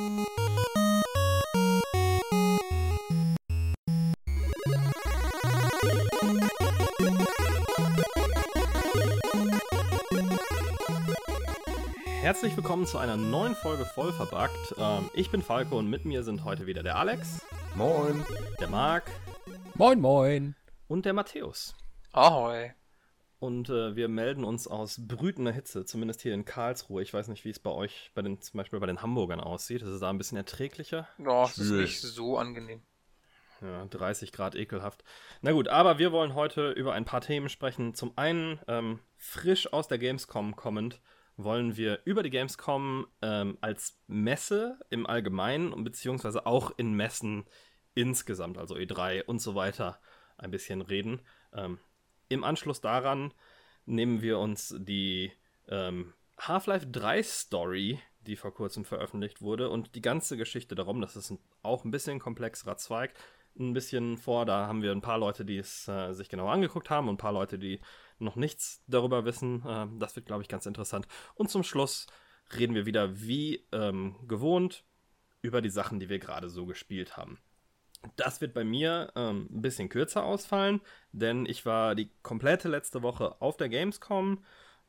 Herzlich willkommen zu einer neuen Folge Vollverbuggt. Ich bin Falco und mit mir sind heute wieder der Alex. Moin. Der Marc. Moin, moin. Und der Matthäus. Ahoi. Und wir melden uns aus brütender Hitze, zumindest hier in Karlsruhe. Ich weiß nicht, wie es bei euch, zum Beispiel bei den Hamburgern aussieht. Ist es da ein bisschen erträglicher? Ja, es ist nicht so angenehm. Ja, 30 Grad ekelhaft. Na gut, aber wir wollen heute über ein paar Themen sprechen. Zum einen, frisch aus der Gamescom kommend, wollen wir über die Gamescom als Messe im Allgemeinen beziehungsweise auch in Messen insgesamt, also E3 und so weiter, ein bisschen reden. Im Anschluss daran nehmen wir uns die Half-Life 3 Story, die vor kurzem veröffentlicht wurde, und die ganze Geschichte darum, das ist auch ein bisschen komplexerer Zweig, ein bisschen vor. Da haben wir ein paar Leute, die es sich genauer angeguckt haben und ein paar Leute, die noch nichts darüber wissen. Das wird, glaube ich, ganz interessant. Und zum Schluss reden wir wieder wie gewohnt über die Sachen, die wir gerade so gespielt haben. Das wird bei mir ein bisschen kürzer ausfallen, denn ich war die komplette letzte Woche auf der Gamescom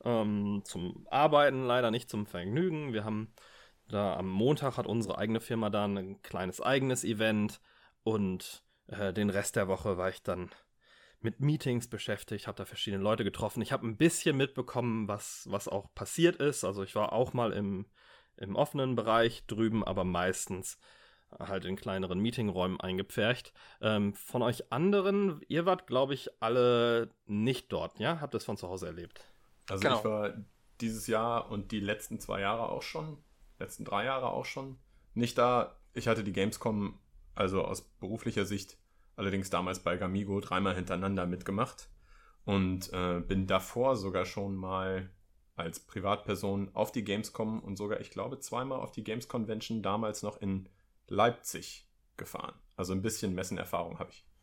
zum Arbeiten, leider nicht zum Vergnügen. Wir haben da am Montag hat unsere eigene Firma da ein kleines eigenes Event und den Rest der Woche war ich dann mit Meetings beschäftigt, habe da verschiedene Leute getroffen. Ich habe ein bisschen mitbekommen, was auch passiert ist. Also ich war auch mal im offenen Bereich drüben, aber meistens halt in kleineren Meetingräumen eingepfercht. Von euch anderen, ihr wart, glaube ich, alle nicht dort, ja? Habt ihr es von zu Hause erlebt? Also Genau. Ich war dieses Jahr und die letzten 2 Jahre auch schon, letzten 3 Jahre auch schon, nicht da. Ich hatte die Gamescom, also aus beruflicher Sicht, allerdings damals bei Gamigo 3-mal hintereinander mitgemacht und bin davor sogar schon mal als Privatperson auf die Gamescom und sogar, ich glaube, 2-mal auf die Games Convention, damals noch in Leipzig, gefahren. Also ein bisschen Messenerfahrung habe ich.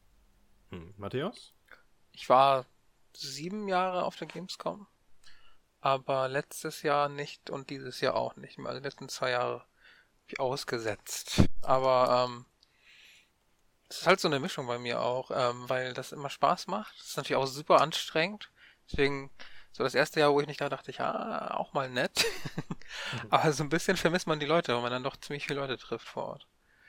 Matthäus? Ich war 7 Jahre auf der Gamescom, aber letztes Jahr nicht und dieses Jahr auch nicht mehr. Also die letzten 2 Jahre habe ich ausgesetzt. Aber es ist halt so eine Mischung bei mir auch, weil das immer Spaß macht. Es ist natürlich auch super anstrengend. Deswegen, so das erste Jahr, wo ich nicht da dachte ich, auch mal nett. Aber so ein bisschen vermisst man die Leute, weil man dann doch ziemlich viele Leute trifft vor Ort.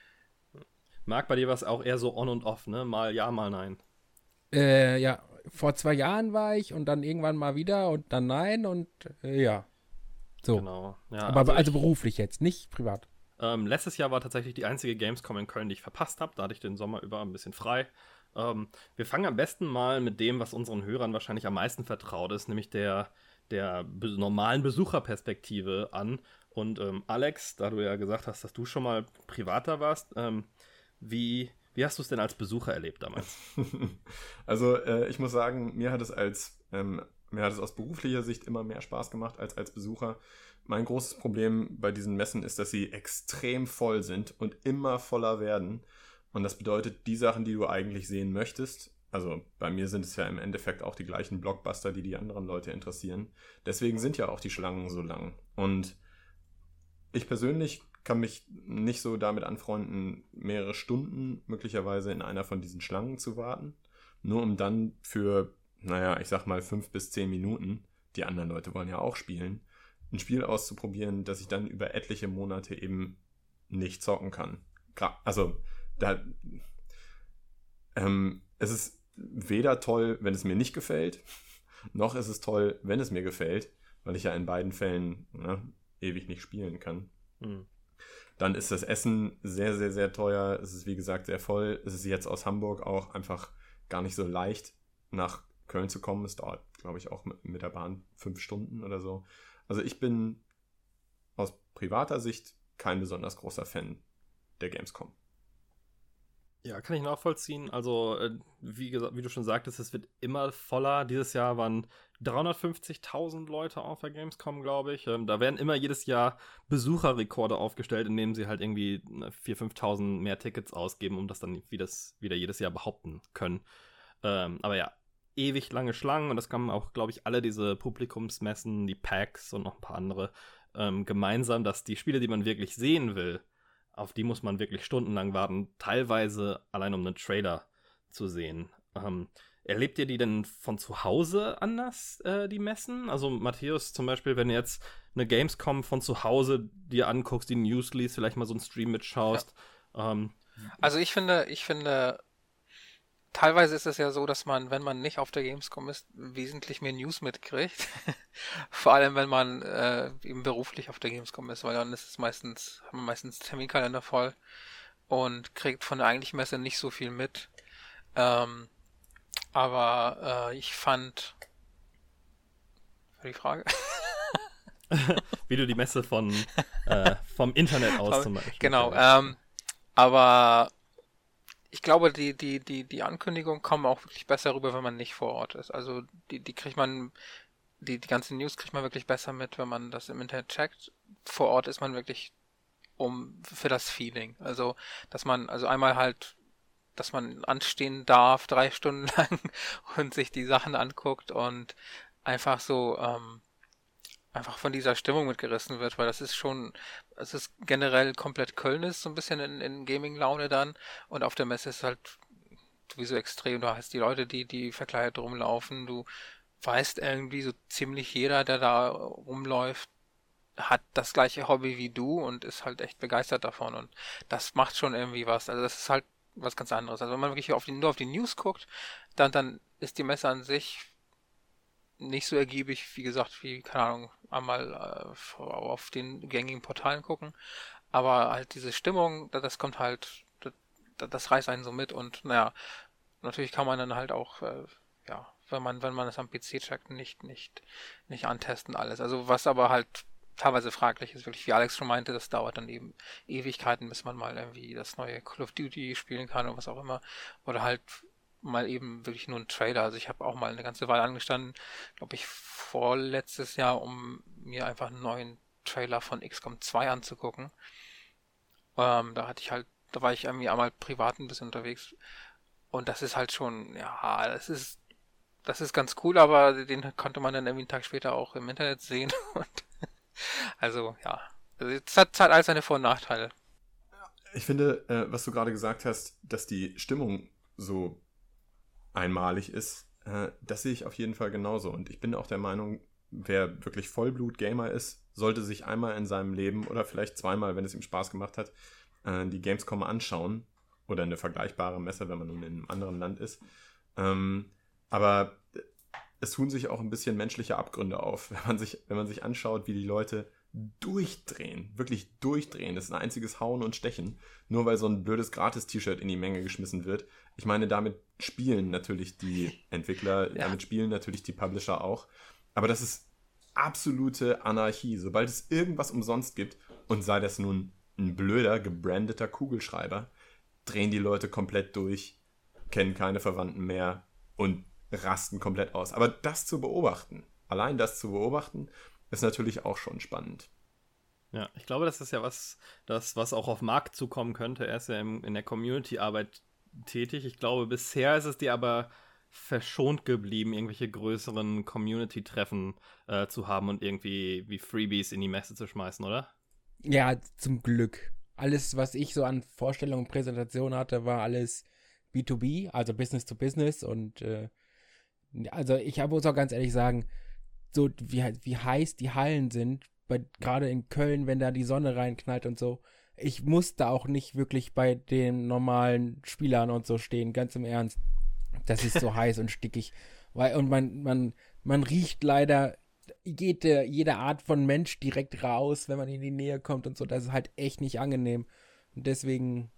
Marc, bei dir war es auch eher so on und off, ne? Mal ja, mal nein. Ja, vor 2 Jahren war ich und dann irgendwann mal wieder und dann nein und ja. So. Genau. Ja, Aber also beruflich jetzt, nicht privat. Letztes Jahr war tatsächlich die einzige Gamescom in Köln, die ich verpasst habe. Da hatte ich den Sommer über ein bisschen frei. Wir fangen am besten mal mit dem, was unseren Hörern wahrscheinlich am meisten vertraut ist, nämlich der normalen Besucherperspektive an. Und Alex, da du ja gesagt hast, dass du schon mal privater warst, wie hast du es denn als Besucher erlebt damals? Also ich muss sagen, mir hat es aus beruflicher Sicht immer mehr Spaß gemacht als Besucher. Mein großes Problem bei diesen Messen ist, dass sie extrem voll sind und immer voller werden. Und das bedeutet, die Sachen, die du eigentlich sehen möchtest, also bei mir sind es ja im Endeffekt auch die gleichen Blockbuster, die anderen Leute interessieren. Deswegen sind ja auch die Schlangen so lang. Und ich persönlich kann mich nicht so damit anfreunden, mehrere Stunden möglicherweise in einer von diesen Schlangen zu warten, nur um dann für, ich sag mal 5 bis 10 Minuten, die anderen Leute wollen ja auch spielen, ein Spiel auszuprobieren, das ich dann über etliche Monate eben nicht zocken kann. Also, es ist weder toll, wenn es mir nicht gefällt, noch ist es toll, wenn es mir gefällt, weil ich ja in beiden Fällen ewig nicht spielen kann. Dann ist das Essen sehr, sehr, sehr teuer. Es ist, wie gesagt, sehr voll. Es ist jetzt aus Hamburg auch einfach gar nicht so leicht, nach Köln zu kommen. Es dauert, glaube ich, auch mit der Bahn 5 Stunden oder so. Also ich bin aus privater Sicht kein besonders großer Fan der Gamescom. Ja, kann ich nachvollziehen. Also, wie du schon sagtest, es wird immer voller. Dieses Jahr waren 350.000 Leute auf der Gamescom, glaube ich. Da werden immer jedes Jahr Besucherrekorde aufgestellt, indem sie halt irgendwie 4.000, 5.000 mehr Tickets ausgeben, um das dann wieder jedes Jahr behaupten können. Aber ja, ewig lange Schlangen und das kamen auch, glaube ich, alle diese Publikumsmessen, die PAX und noch ein paar andere, gemeinsam, dass die Spiele, die man wirklich sehen will, auf die muss man wirklich stundenlang warten, teilweise allein um einen Trailer zu sehen. Erlebt ihr die denn von zu Hause anders, die Messen? Also Matthäus zum Beispiel, wenn du jetzt eine Gamescom von zu Hause dir anguckst, die News liest, vielleicht mal so einen Stream mitschaust. Ja. Also ich finde, teilweise ist es ja so, dass man, wenn man nicht auf der Gamescom ist, wesentlich mehr News mitkriegt. Vor allem, wenn man eben beruflich auf der Gamescom ist, weil dann ist es haben wir meistens Terminkalender voll und kriegt von der eigentlichen Messe nicht so viel mit. Aber ich fand... Die Frage? Wie du die Messe vom Internet aus zum Beispiel. Genau, aber ich glaube, die Ankündigungen kommen auch wirklich besser rüber, wenn man nicht vor Ort ist. Also die kriegt man, die ganzen News kriegt man wirklich besser mit, wenn man das im Internet checkt. Vor Ort ist man wirklich für das Feeling. Also, dass man anstehen darf, 3 Stunden lang und sich die Sachen anguckt und einfach so, einfach von dieser Stimmung mitgerissen wird, weil es ist generell komplett Köln ist, so ein bisschen in Gaming-Laune dann und auf der Messe ist es halt sowieso extrem. Du hast die Leute, die verkleidet rumlaufen, du weißt irgendwie so ziemlich jeder, der da rumläuft, hat das gleiche Hobby wie du und ist halt echt begeistert davon und das macht schon irgendwie was. Also das ist halt was ganz anderes. Also wenn man wirklich nur auf die News guckt, dann ist die Messe an sich nicht so ergiebig, wie gesagt, wie, keine Ahnung, einmal auf den gängigen Portalen gucken. Aber halt diese Stimmung, das kommt halt, das reißt einen so mit und naja, natürlich kann man dann halt auch, wenn man es am PC checkt, nicht antesten alles. Also was aber halt teilweise fraglich ist, wirklich wie Alex schon meinte, das dauert dann eben Ewigkeiten, bis man mal irgendwie das neue Call of Duty spielen kann oder was auch immer. Oder halt mal eben wirklich nur ein Trailer. Also ich habe auch mal eine ganze Weile angestanden, glaube ich, vorletztes Jahr, um mir einfach einen neuen Trailer von XCOM 2 anzugucken. Da war ich irgendwie einmal privat ein bisschen unterwegs und das ist halt schon, ja, das ist ganz cool, aber den konnte man dann irgendwie einen Tag später auch im Internet sehen und also, ja. Also es hat halt all seine Vor- und Nachteile. Ich finde, was du gerade gesagt hast, dass die Stimmung so einmalig ist, das sehe ich auf jeden Fall genauso. Und ich bin auch der Meinung, wer wirklich Vollblut-Gamer ist, sollte sich einmal in seinem Leben oder vielleicht zweimal, wenn es ihm Spaß gemacht hat, die Gamescom anschauen. Oder eine vergleichbare Messe, wenn man nun in einem anderen Land ist. Aber es tun sich auch ein bisschen menschliche Abgründe auf, wenn man sich anschaut, wie die Leute durchdrehen, wirklich durchdrehen. Das ist ein einziges Hauen und Stechen, nur weil so ein blödes Gratis-T-Shirt in die Menge geschmissen wird. Ich meine, damit spielen natürlich die Entwickler, damit spielen natürlich die Publisher auch. Aber das ist absolute Anarchie. Sobald es irgendwas umsonst gibt, und sei das nun ein blöder, gebrandeter Kugelschreiber, drehen die Leute komplett durch, kennen keine Verwandten mehr und rasten komplett aus. Aber das zu beobachten, allein das zu beobachten, ist natürlich auch schon spannend. Ja, ich glaube, das ist ja was auch auf Marc zukommen könnte. Er ist ja in der Community-Arbeit tätig. Ich glaube, bisher ist es dir aber verschont geblieben, irgendwelche größeren Community-Treffen zu haben und irgendwie wie Freebies in die Messe zu schmeißen, oder? Ja, zum Glück. Alles, was ich so an Vorstellungen und Präsentationen hatte, war alles B2B, also Business to Business und also ich muss auch ganz ehrlich sagen, so wie heiß die Hallen sind, gerade in Köln, wenn da die Sonne reinknallt und so, ich muss da auch nicht wirklich bei den normalen Spielern und so stehen, ganz im Ernst. Das ist so heiß und stickig. Und man riecht leider jede Art von Mensch direkt raus, wenn man in die Nähe kommt und so. Das ist halt echt nicht angenehm. Und deswegen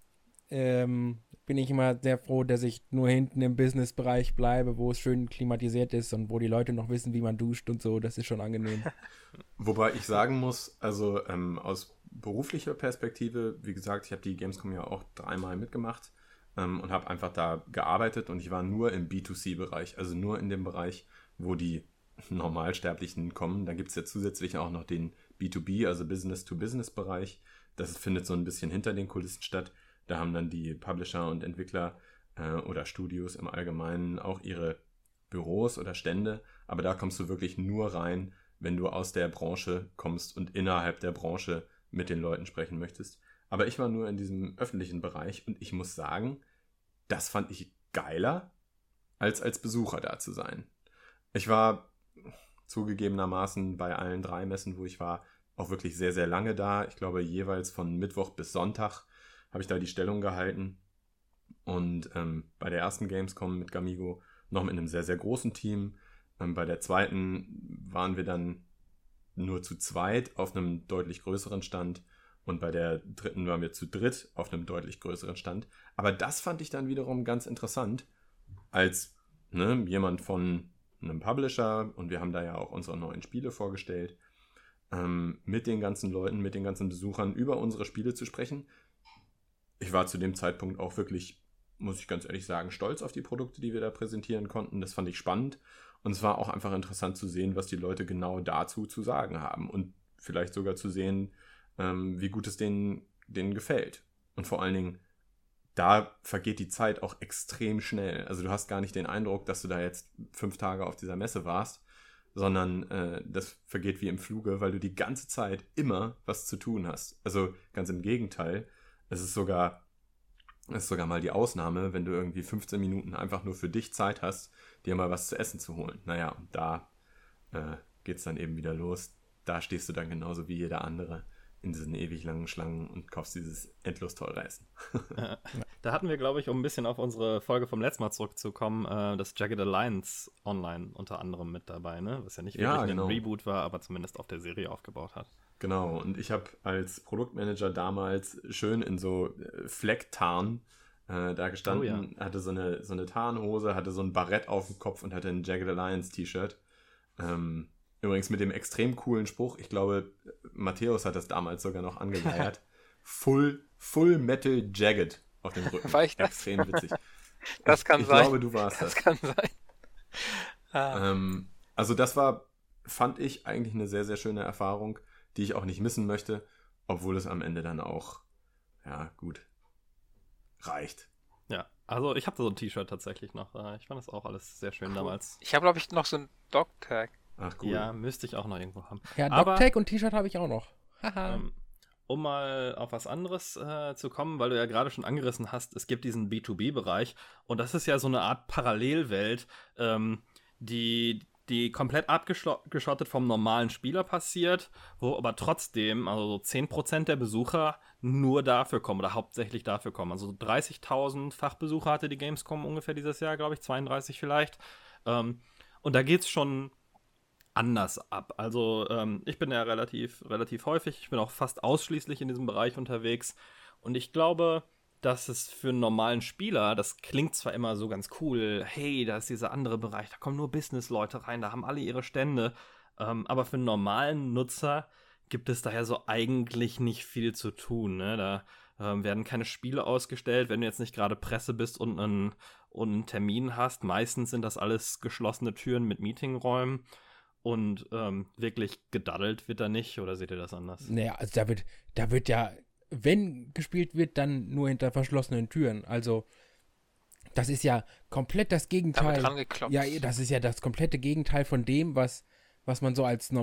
bin ich immer sehr froh, dass ich nur hinten im Business-Bereich bleibe, wo es schön klimatisiert ist und wo die Leute noch wissen, wie man duscht und so. Das ist schon angenehm. Wobei ich sagen muss, also aus beruflicher Perspektive, wie gesagt, ich habe die Gamescom ja auch 3-mal mitgemacht und habe einfach da gearbeitet und ich war nur im B2C-Bereich, also nur in dem Bereich, wo die Normalsterblichen kommen. Da gibt es ja zusätzlich auch noch den B2B, also Business-to-Business-Bereich. Das findet so ein bisschen hinter den Kulissen statt. Da haben dann die Publisher und Entwickler oder Studios im Allgemeinen auch ihre Büros oder Stände, aber da kommst du wirklich nur rein, wenn du aus der Branche kommst und innerhalb der Branche mit den Leuten sprechen möchtest. Aber ich war nur in diesem öffentlichen Bereich und ich muss sagen, das fand ich geiler, als Besucher da zu sein. Ich war zugegebenermaßen bei allen 3 Messen, wo ich war, auch wirklich sehr, sehr lange da. Ich glaube, jeweils von Mittwoch bis Sonntag habe ich da die Stellung gehalten. Und bei der ersten Gamescom mit Gamigo noch mit einem sehr, sehr großen Team. Bei der zweiten waren wir dann nur zu zweit auf einem deutlich größeren Stand. Und bei der dritten waren wir zu dritt auf einem deutlich größeren Stand. Aber das fand ich dann wiederum ganz interessant, als jemand von einem Publisher, und wir haben da ja auch unsere neuen Spiele vorgestellt, mit den ganzen Leuten, mit den ganzen Besuchern über unsere Spiele zu sprechen. Ich war zu dem Zeitpunkt auch wirklich, muss ich ganz ehrlich sagen, stolz auf die Produkte, die wir da präsentieren konnten. Das fand ich spannend. Und es war auch einfach interessant zu sehen, was die Leute genau dazu zu sagen haben. Und vielleicht sogar zu sehen, wie gut es denen gefällt. Und vor allen Dingen, da vergeht die Zeit auch extrem schnell. Also du hast gar nicht den Eindruck, dass du da jetzt 5 Tage auf dieser Messe warst, sondern das vergeht wie im Fluge, weil du die ganze Zeit immer was zu tun hast. Also ganz im Gegenteil, es ist sogar mal die Ausnahme, wenn du irgendwie 15 Minuten einfach nur für dich Zeit hast, dir mal was zu essen zu holen. Naja, und da geht's dann eben wieder los. Da stehst du dann genauso wie jeder andere in diesen ewig langen Schlangen und kaufst dieses endlos teure Essen. Da hatten wir, glaube ich, um ein bisschen auf unsere Folge vom letzten Mal zurückzukommen, das Jagged Alliance Online unter anderem mit dabei, ne? Was ja nicht wirklich ein Reboot war, aber zumindest auf der Serie aufgebaut hat. Genau, und ich habe als Produktmanager damals schön in so Flecktarn da gestanden, hatte so eine Tarnhose, hatte so ein Barett auf dem Kopf und hatte ein Jagged Alliance T-Shirt. Übrigens mit dem extrem coolen Spruch, ich glaube, Matthäus hat das damals sogar noch angeleiert, Full Metal Jagged auf dem Rücken. War ich das? Extrem witzig. Das kann ich sein. Ich glaube, du warst das. Das kann sein. Also das fand ich eigentlich eine sehr, sehr schöne Erfahrung, die ich auch nicht missen möchte, obwohl es am Ende dann auch, ja gut, reicht. Ja, also ich habe so ein T-Shirt tatsächlich noch. Ich fand das auch alles sehr schön damals. Ich habe, glaube ich, noch so ein Dog-Tag. Ach cool. Ja, müsste ich auch noch irgendwo haben. Ja, Dog-Tag und T-Shirt habe ich auch noch. Haha. Um mal auf was anderes zu kommen, weil du ja gerade schon angerissen hast, es gibt diesen B2B-Bereich und das ist ja so eine Art Parallelwelt, die komplett abgeschottet vom normalen Spieler passiert, wo aber trotzdem, also so 10% der Besucher nur dafür kommen oder hauptsächlich dafür kommen. Also 30.000 Fachbesucher hatte die Gamescom ungefähr dieses Jahr, glaube ich, 32 vielleicht. Und da geht's schon anders ab. Also ich bin ja relativ häufig, ich bin auch fast ausschließlich in diesem Bereich unterwegs und ich glaube, dass es für einen normalen Spieler, das klingt zwar immer so ganz cool, hey, da ist dieser andere Bereich, da kommen nur Business-Leute rein, da haben alle ihre Stände, aber für einen normalen Nutzer gibt es daher so eigentlich nicht viel zu tun, ne? Da werden keine Spiele ausgestellt, wenn du jetzt nicht gerade Presse bist und einen Termin hast. Meistens sind das alles geschlossene Türen mit Meetingräumen. Und wirklich gedaddelt wird da nicht, oder seht ihr das anders? Naja, also da wird ja, wenn gespielt wird, dann nur hinter verschlossenen Türen. Also, das ist ja komplett das Gegenteil. Da wird dran geklopft. Ja, das ist ja das komplette Gegenteil von dem, was man so als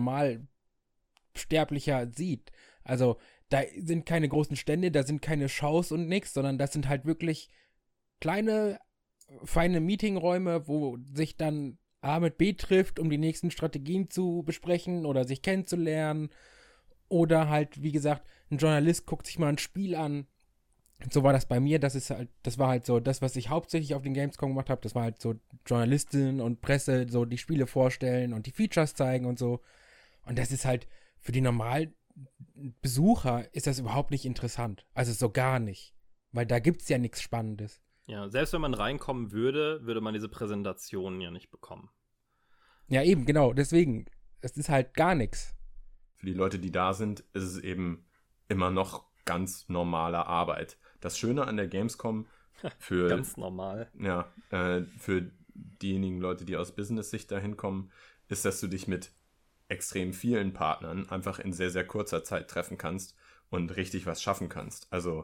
Normalsterblicher sieht. Also, da sind keine großen Stände, da sind keine Shows und nix, sondern das sind halt wirklich kleine, feine Meetingräume, wo sich dann A mit B trifft, um die nächsten Strategien zu besprechen oder sich kennenzulernen. Oder halt, wie gesagt, ein Journalist guckt sich mal ein Spiel an. So war das bei mir. Das war halt so das, was ich hauptsächlich auf den Gamescom gemacht habe. Das war halt so Journalistinnen und Presse, so die Spiele vorstellen und die Features zeigen und so. Und das ist halt für die normalen Besucher ist das überhaupt nicht interessant. Also so gar nicht. Weil da gibt's ja nichts Spannendes. Ja, selbst wenn man reinkommen würde, würde man diese Präsentationen ja nicht bekommen. Ja, eben, genau. Deswegen, es ist halt gar nichts. Für die Leute, die da sind, ist es eben immer noch ganz normale Arbeit. Das Schöne an der Gamescom für ganz normal. Ja, für diejenigen Leute, die aus Business-Sicht dahin kommen, ist, dass du dich mit extrem vielen Partnern einfach in sehr, sehr kurzer Zeit treffen kannst und richtig was schaffen kannst. Also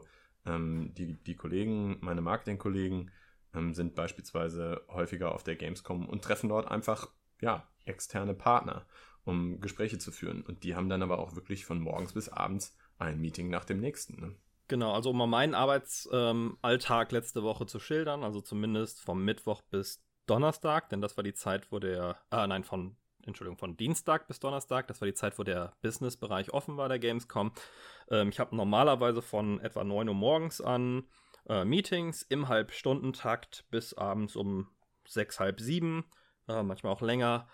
die Kollegen, meine Marketing-Kollegen, sind beispielsweise häufiger auf der Gamescom und treffen dort einfach, ja, externe Partner. um Gespräche zu führen. Und die haben dann aber auch wirklich von morgens bis abends ein Meeting nach dem nächsten. Ne? Genau, also um mal meinen Arbeitsalltag letzte Woche zu schildern, also zumindest vom Mittwoch bis Donnerstag, denn das war die Zeit, wo von Dienstag bis Donnerstag, das war die Zeit, wo der Businessbereich offen war, der Gamescom. Ich habe normalerweise von etwa 9 Uhr morgens an Meetings im Halbstundentakt bis abends um 6, halb 7, manchmal auch länger.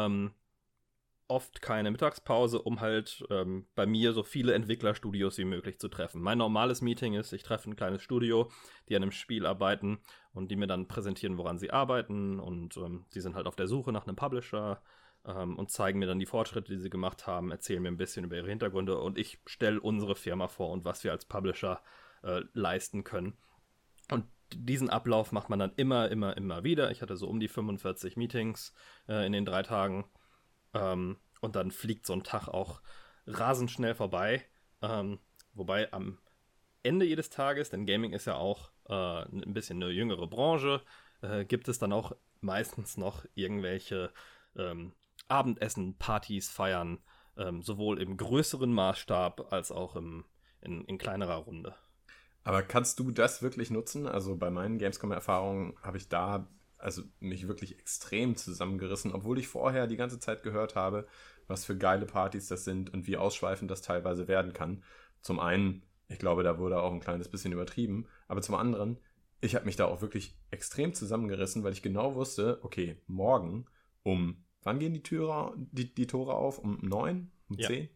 Oft keine Mittagspause, um halt bei mir so viele Entwicklerstudios wie möglich zu treffen. Mein normales Meeting ist, ich treffe ein kleines Studio, die an einem Spiel arbeiten und die mir dann präsentieren, woran sie arbeiten, und sie sind halt auf der Suche nach einem Publisher und zeigen mir dann die Fortschritte, die sie gemacht haben, erzählen mir ein bisschen über ihre Hintergründe, und ich stelle unsere Firma vor und was wir als Publisher leisten können. Und diesen Ablauf macht man dann immer wieder. Ich hatte so um die 45 Meetings in den 3 Tagen. Und dann fliegt so ein Tag auch rasend schnell vorbei. Wobei am Ende jedes Tages, denn Gaming ist ja auch ein bisschen eine jüngere Branche, gibt es dann auch meistens noch irgendwelche Abendessen, Partys, Feiern, sowohl im größeren Maßstab als auch in kleinerer Runde. Aber kannst du das wirklich nutzen? Also bei meinen Gamescom-Erfahrungen habe ich da mich wirklich extrem zusammengerissen, obwohl ich vorher die ganze Zeit gehört habe, was für geile Partys das sind und wie ausschweifend das teilweise werden kann. Zum einen, ich glaube, da wurde auch ein kleines bisschen übertrieben, aber zum anderen, ich habe mich da auch wirklich extrem zusammengerissen, weil ich genau wusste, okay, morgen wann gehen die Tore auf? Um 9? Um 10?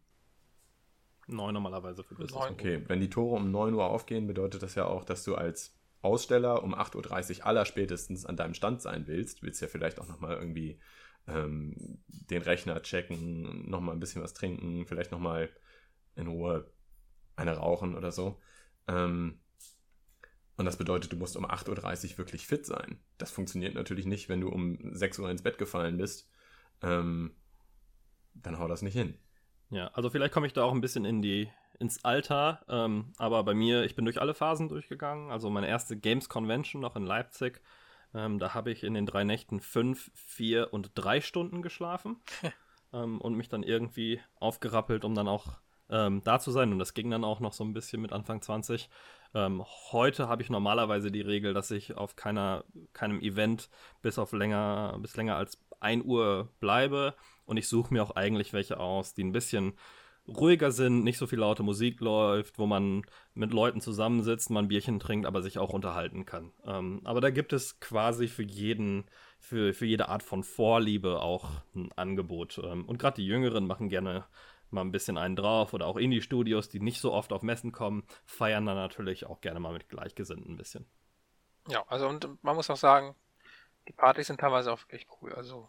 9 normalerweise für Business. Okay, wenn die Tore um 9 Uhr aufgehen, bedeutet das ja auch, dass du als Aussteller um 8.30 Uhr allerspätestens an deinem Stand sein willst ja vielleicht auch nochmal irgendwie den Rechner checken, nochmal ein bisschen was trinken, vielleicht nochmal in Ruhe eine rauchen oder so. Und das bedeutet, du musst um 8.30 Uhr wirklich fit sein. Das funktioniert natürlich nicht, wenn du um 6 Uhr ins Bett gefallen bist. Dann hau das nicht hin. Ja, also vielleicht komme ich da auch ein bisschen ins Alter, aber bei mir, ich bin durch alle Phasen durchgegangen. Also meine erste Games Convention noch in Leipzig, da habe ich in den 3 Nächten 5, 4 und 3 Stunden geschlafen und mich dann irgendwie aufgerappelt, um dann auch da zu sein. Und das ging dann auch noch so ein bisschen mit Anfang 20. Heute habe ich normalerweise die Regel, dass ich auf keinem Event bis länger als 1 Uhr bleibe, und ich suche mir auch eigentlich welche aus, die ein bisschen ruhiger sind, nicht so viel laute Musik läuft, wo man mit Leuten zusammensitzt, man ein Bierchen trinkt, aber sich auch unterhalten kann. Aber da gibt es quasi für jede Art von Vorliebe auch ein Angebot. Und gerade die Jüngeren machen gerne mal ein bisschen einen drauf, oder auch Indie-Studios, die nicht so oft auf Messen kommen, feiern dann natürlich auch gerne mal mit Gleichgesinnten ein bisschen. Ja, also und man muss auch sagen, die Partys sind teilweise auch wirklich cool. Also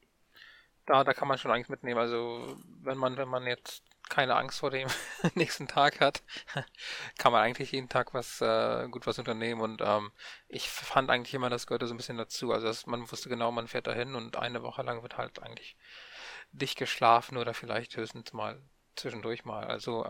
da kann man schon einiges mitnehmen. Also wenn man jetzt keine Angst vor dem nächsten Tag hat, kann man eigentlich jeden Tag was unternehmen. Und ich fand eigentlich immer, das gehörte so ein bisschen dazu. Also man wusste genau, man fährt dahin und eine Woche lang wird halt eigentlich dicht geschlafen oder vielleicht höchstens mal zwischendurch mal. Also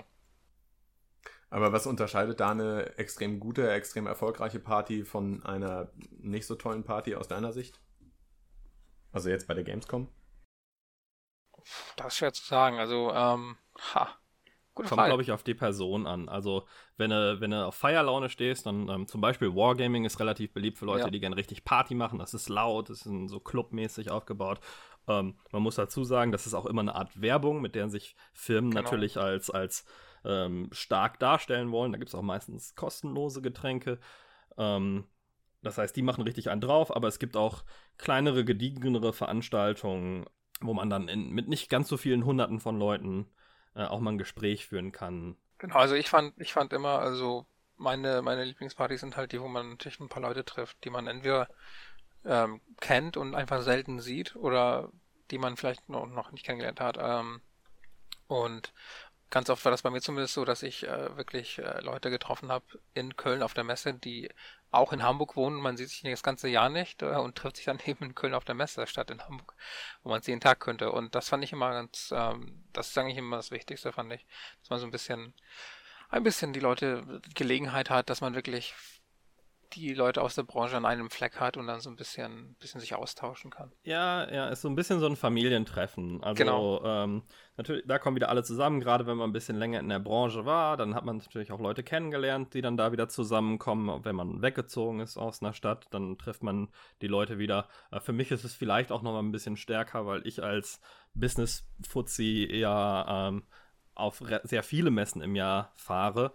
Aber was unterscheidet da eine extrem gute, extrem erfolgreiche Party von einer nicht so tollen Party aus deiner Sicht? Also jetzt bei der Gamescom? das ist schwer zu sagen. Also, gute Kommt, Frage. glaube ich, auf die Person an. Also, wenn du auf Feierlaune stehst, dann zum Beispiel Wargaming ist relativ beliebt für Leute, Ja. die gerne richtig Party machen. Das ist laut, das ist so clubmäßig aufgebaut. Man muss dazu sagen, das ist auch immer eine Art Werbung, mit der sich Firmen Genau. natürlich als stark darstellen wollen. Da gibt es auch meistens kostenlose Getränke. Das heißt, die machen richtig einen drauf, aber es gibt auch kleinere, gediegenere Veranstaltungen, wo man dann mit nicht ganz so vielen Hunderten von Leuten auch mal ein Gespräch führen kann. Genau, also ich fand immer, also meine Lieblingspartys sind halt die, wo man natürlich ein paar Leute trifft, die man entweder kennt und einfach selten sieht oder die man vielleicht noch nicht kennengelernt hat. Und ganz oft war das bei mir zumindest so, dass ich wirklich Leute getroffen habe in Köln auf der Messe, die auch in Hamburg wohnen. Man sieht sich das ganze Jahr nicht und trifft sich dann eben in Köln auf der Messe statt in Hamburg, wo man es jeden Tag könnte. Und das fand ich immer das ist eigentlich immer das Wichtigste, fand ich, dass man so ein bisschen die Leute die Gelegenheit hat, dass man wirklich die Leute aus der Branche an einem Fleck hat und dann so ein bisschen sich austauschen kann. Ja, ist so ein bisschen so ein Familientreffen. Also Genau. natürlich, da kommen wieder alle zusammen, gerade wenn man ein bisschen länger in der Branche war, dann hat man natürlich auch Leute kennengelernt, die dann da wieder zusammenkommen. Wenn man weggezogen ist aus einer Stadt, dann trifft man die Leute wieder. Für mich ist es vielleicht auch noch mal ein bisschen stärker, weil ich als Business-Fuzzi eher auf sehr viele Messen im Jahr fahre.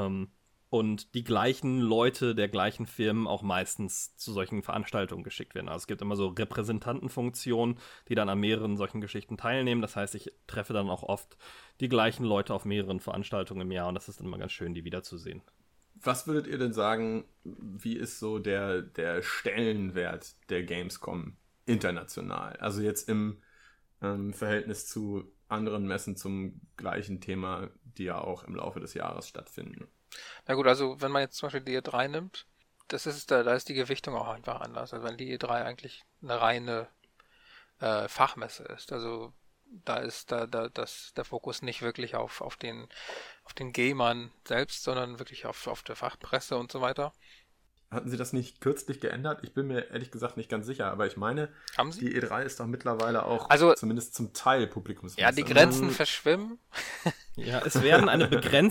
Und die gleichen Leute der gleichen Firmen auch meistens zu solchen Veranstaltungen geschickt werden. Also es gibt immer so Repräsentantenfunktionen, die dann an mehreren solchen Geschichten teilnehmen. Das heißt, ich treffe dann auch oft die gleichen Leute auf mehreren Veranstaltungen im Jahr und das ist dann immer ganz schön, die wiederzusehen. Was würdet ihr denn sagen, wie ist so der Stellenwert der Gamescom international? Also jetzt im Verhältnis zu anderen Messen zum gleichen Thema, die ja auch im Laufe des Jahres stattfinden. Na gut, also wenn man jetzt zum Beispiel die E3 nimmt, da ist die Gewichtung auch einfach anders. Also wenn die E3 eigentlich eine reine Fachmesse ist. Also da ist der Fokus nicht wirklich auf den Gamern selbst, sondern wirklich auf der Fachpresse und so weiter. Hatten Sie das nicht kürzlich geändert? Ich bin mir ehrlich gesagt nicht ganz sicher, aber ich meine, Haben Sie? die E3 ist doch mittlerweile auch Also, zumindest zum Teil Publikumsmesse. Ja, die Grenzen verschwimmen. Ja, es werden eine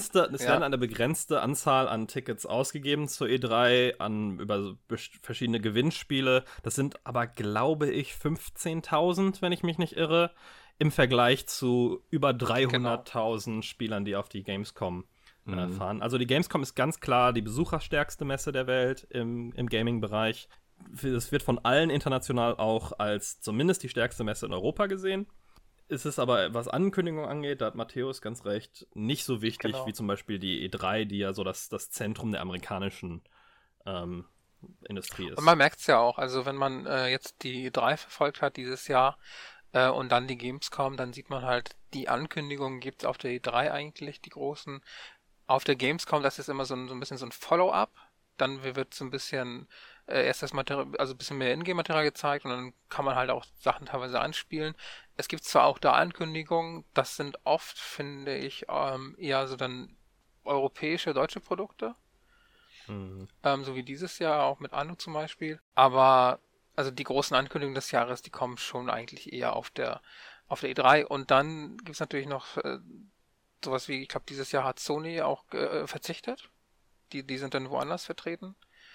begrenzte Anzahl an Tickets ausgegeben zur E3 über verschiedene Gewinnspiele. Das sind aber, glaube ich, 15.000, wenn ich mich nicht irre, im Vergleich zu über 300.000 Spielern, die auf die Gamescom fahren. Also die Gamescom ist ganz klar die besucherstärkste Messe der Welt im Gaming-Bereich. Es wird von allen international auch als zumindest die stärkste Messe in Europa gesehen. Es ist aber, was Ankündigungen angeht, da hat Matthäus ganz recht, nicht so wichtig wie zum Beispiel die E3, die ja so das Zentrum der amerikanischen Industrie ist. Und man merkt es ja auch, also wenn man jetzt die E3 verfolgt hat dieses Jahr und dann die Gamescom, dann sieht man halt, die Ankündigungen gibt es auf der E3 eigentlich, die großen. Auf der Gamescom, das ist immer so ein bisschen so ein Follow-up. Dann wird so ein bisschen erst das Material, also ein bisschen mehr Ingame-Material gezeigt und dann kann man halt auch Sachen teilweise anspielen. Es gibt zwar auch da Ankündigungen, das sind oft, finde ich, eher so dann europäische, deutsche Produkte. So wie dieses Jahr, auch mit Anno zum Beispiel. Aber also die großen Ankündigungen des Jahres, die kommen schon eigentlich eher auf der E3. Und dann gibt es natürlich noch sowas wie, ich glaube, dieses Jahr hat Sony auch verzichtet. Die sind dann woanders vertreten.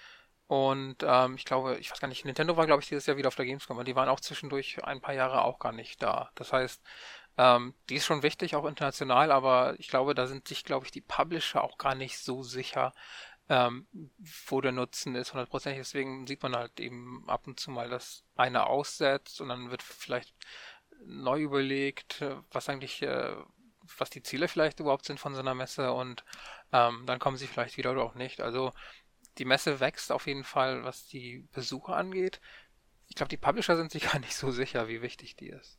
Und ich glaube, ich weiß gar nicht, Nintendo war, glaube ich, dieses Jahr wieder auf der Gamescom, aber die waren auch zwischendurch ein paar Jahre auch gar nicht da. Das heißt, die ist schon wichtig, auch international, aber ich glaube, da sind sich, glaube ich, die Publisher auch gar nicht so sicher, wo der Nutzen ist, 100%. Deswegen sieht man halt eben ab und zu mal, dass einer aussetzt und dann wird vielleicht neu überlegt, was eigentlich was die Ziele vielleicht überhaupt sind von so einer Messe und dann kommen sie vielleicht wieder oder auch nicht. Also die Messe wächst auf jeden Fall, was die Besucher angeht. Ich glaube, die Publisher sind sich gar nicht so sicher, wie wichtig die ist.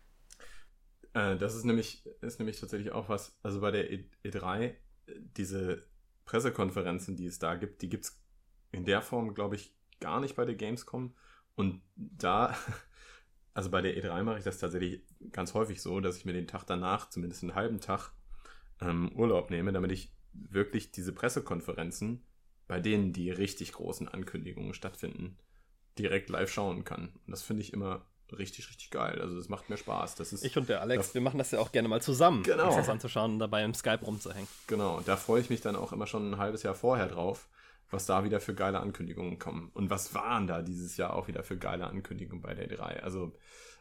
Das ist nämlich tatsächlich auch was, also bei der E3, diese Pressekonferenzen, die es da gibt, die gibt es in der Form, glaube ich, gar nicht bei der Gamescom. Und da, also bei der E3 mache ich das tatsächlich ganz häufig so, dass ich mir den Tag danach, zumindest einen halben Tag, Urlaub nehme, damit ich wirklich diese Pressekonferenzen, bei denen die richtig großen Ankündigungen stattfinden, direkt live schauen kann. Und das finde ich immer richtig, richtig geil. Also das macht mir Spaß. Das ist, ich und der Alex, wir machen das ja auch gerne mal zusammen, genau, uns das anzuschauen und dabei im Skype rumzuhängen. Genau, und da freue ich mich dann auch immer schon ein halbes Jahr vorher drauf, was da wieder für geile Ankündigungen kommen. Und was waren da dieses Jahr auch wieder für geile Ankündigungen bei der E3? Also,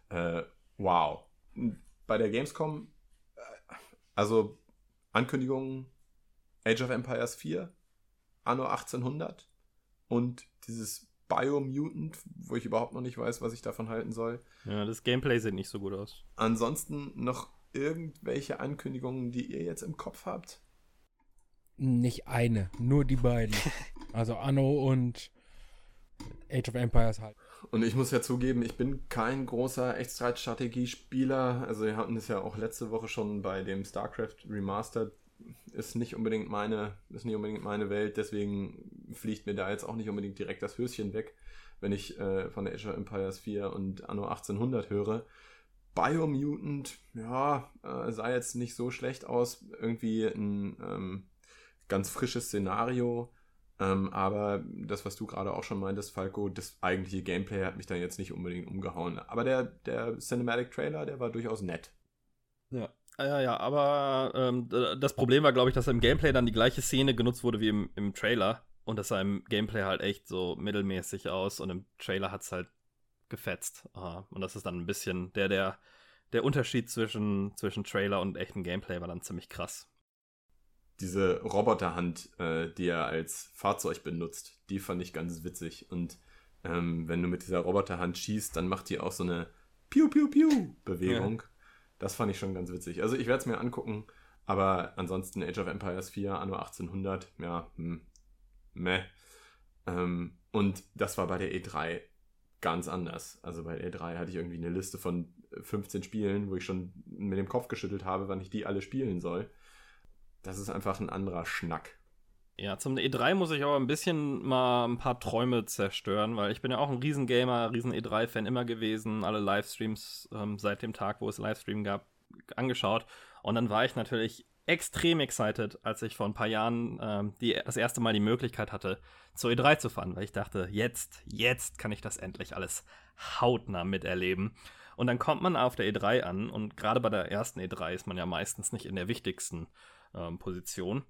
wow. Bei der Gamescom, also Ankündigungen Age of Empires 4, Anno 1800 und dieses Biomutant, wo ich überhaupt noch nicht weiß, was ich davon halten soll. Ja, das Gameplay sieht nicht so gut aus. Ansonsten noch irgendwelche Ankündigungen, die ihr jetzt im Kopf habt? Nicht eine, nur die beiden. Also Anno und Age of Empires halt. Und ich muss ja zugeben, ich bin kein großer Echtzeitstrategiespieler. Also wir hatten es ja auch letzte Woche schon bei dem StarCraft Remastered. Ist nicht unbedingt meine Welt, deswegen fliegt mir da jetzt auch nicht unbedingt direkt das Höschen weg, wenn ich von der Age of Empires 4 und Anno 1800 höre. Biomutant, ja, sah jetzt nicht so schlecht aus. Irgendwie ein ganz frisches Szenario. Aber das, was du gerade auch schon meintest, Falco, das eigentliche Gameplay hat mich dann jetzt nicht unbedingt umgehauen. Aber der Cinematic Trailer, der war durchaus nett. Ja. Ja, aber das Problem war, glaube ich, dass im Gameplay dann die gleiche Szene genutzt wurde wie im Trailer. Und das sah im Gameplay halt echt so mittelmäßig aus. Und im Trailer hat es halt gefetzt. Und das ist dann ein bisschen der Unterschied zwischen Trailer und echtem Gameplay war dann ziemlich krass. Diese Roboterhand, die er als Fahrzeug benutzt, die fand ich ganz witzig. Und wenn du mit dieser Roboterhand schießt, dann macht die auch so eine Piu-Piu-Piu-Bewegung. Ja. Das fand ich schon ganz witzig. Also ich werde es mir angucken, aber ansonsten Age of Empires 4, Anno 1800, ja, meh. Und das war bei der E3 ganz anders. Also bei der E3 hatte ich irgendwie eine Liste von 15 Spielen, wo ich schon mit dem Kopf geschüttelt habe, wann ich die alle spielen soll. Das ist einfach ein anderer Schnack. Ja, zum E3 muss ich aber ein bisschen mal ein paar Träume zerstören, weil ich bin ja auch ein Riesen-Gamer, Riesen-E3-Fan immer gewesen, alle Livestreams seit dem Tag, wo es Livestream gab, angeschaut. Und dann war ich natürlich extrem excited, als ich vor ein paar Jahren das erste Mal die Möglichkeit hatte, zur E3 zu fahren, weil ich dachte, jetzt kann ich das endlich alles hautnah miterleben. Und dann kommt man auf der E3 an und gerade bei der ersten E3 ist man ja meistens nicht in der wichtigsten Position.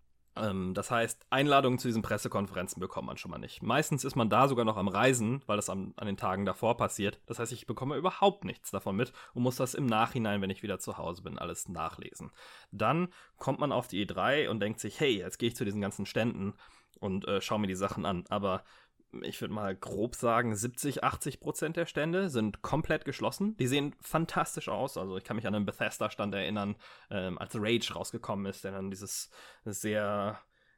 Das heißt, Einladungen zu diesen Pressekonferenzen bekommt man schon mal nicht. Meistens ist man da sogar noch am Reisen, weil das an den Tagen davor passiert. Das heißt, ich bekomme überhaupt nichts davon mit und muss das im Nachhinein, wenn ich wieder zu Hause bin, alles nachlesen. Dann kommt man auf die E3 und denkt sich, hey, jetzt gehe ich zu diesen ganzen Ständen und schaue mir die Sachen an. Aber ich würde mal grob sagen, 70-80% der Stände sind komplett geschlossen. Die sehen fantastisch aus. Also ich kann mich an einen Bethesda-Stand erinnern, als Rage rausgekommen ist, der dann dieses sehr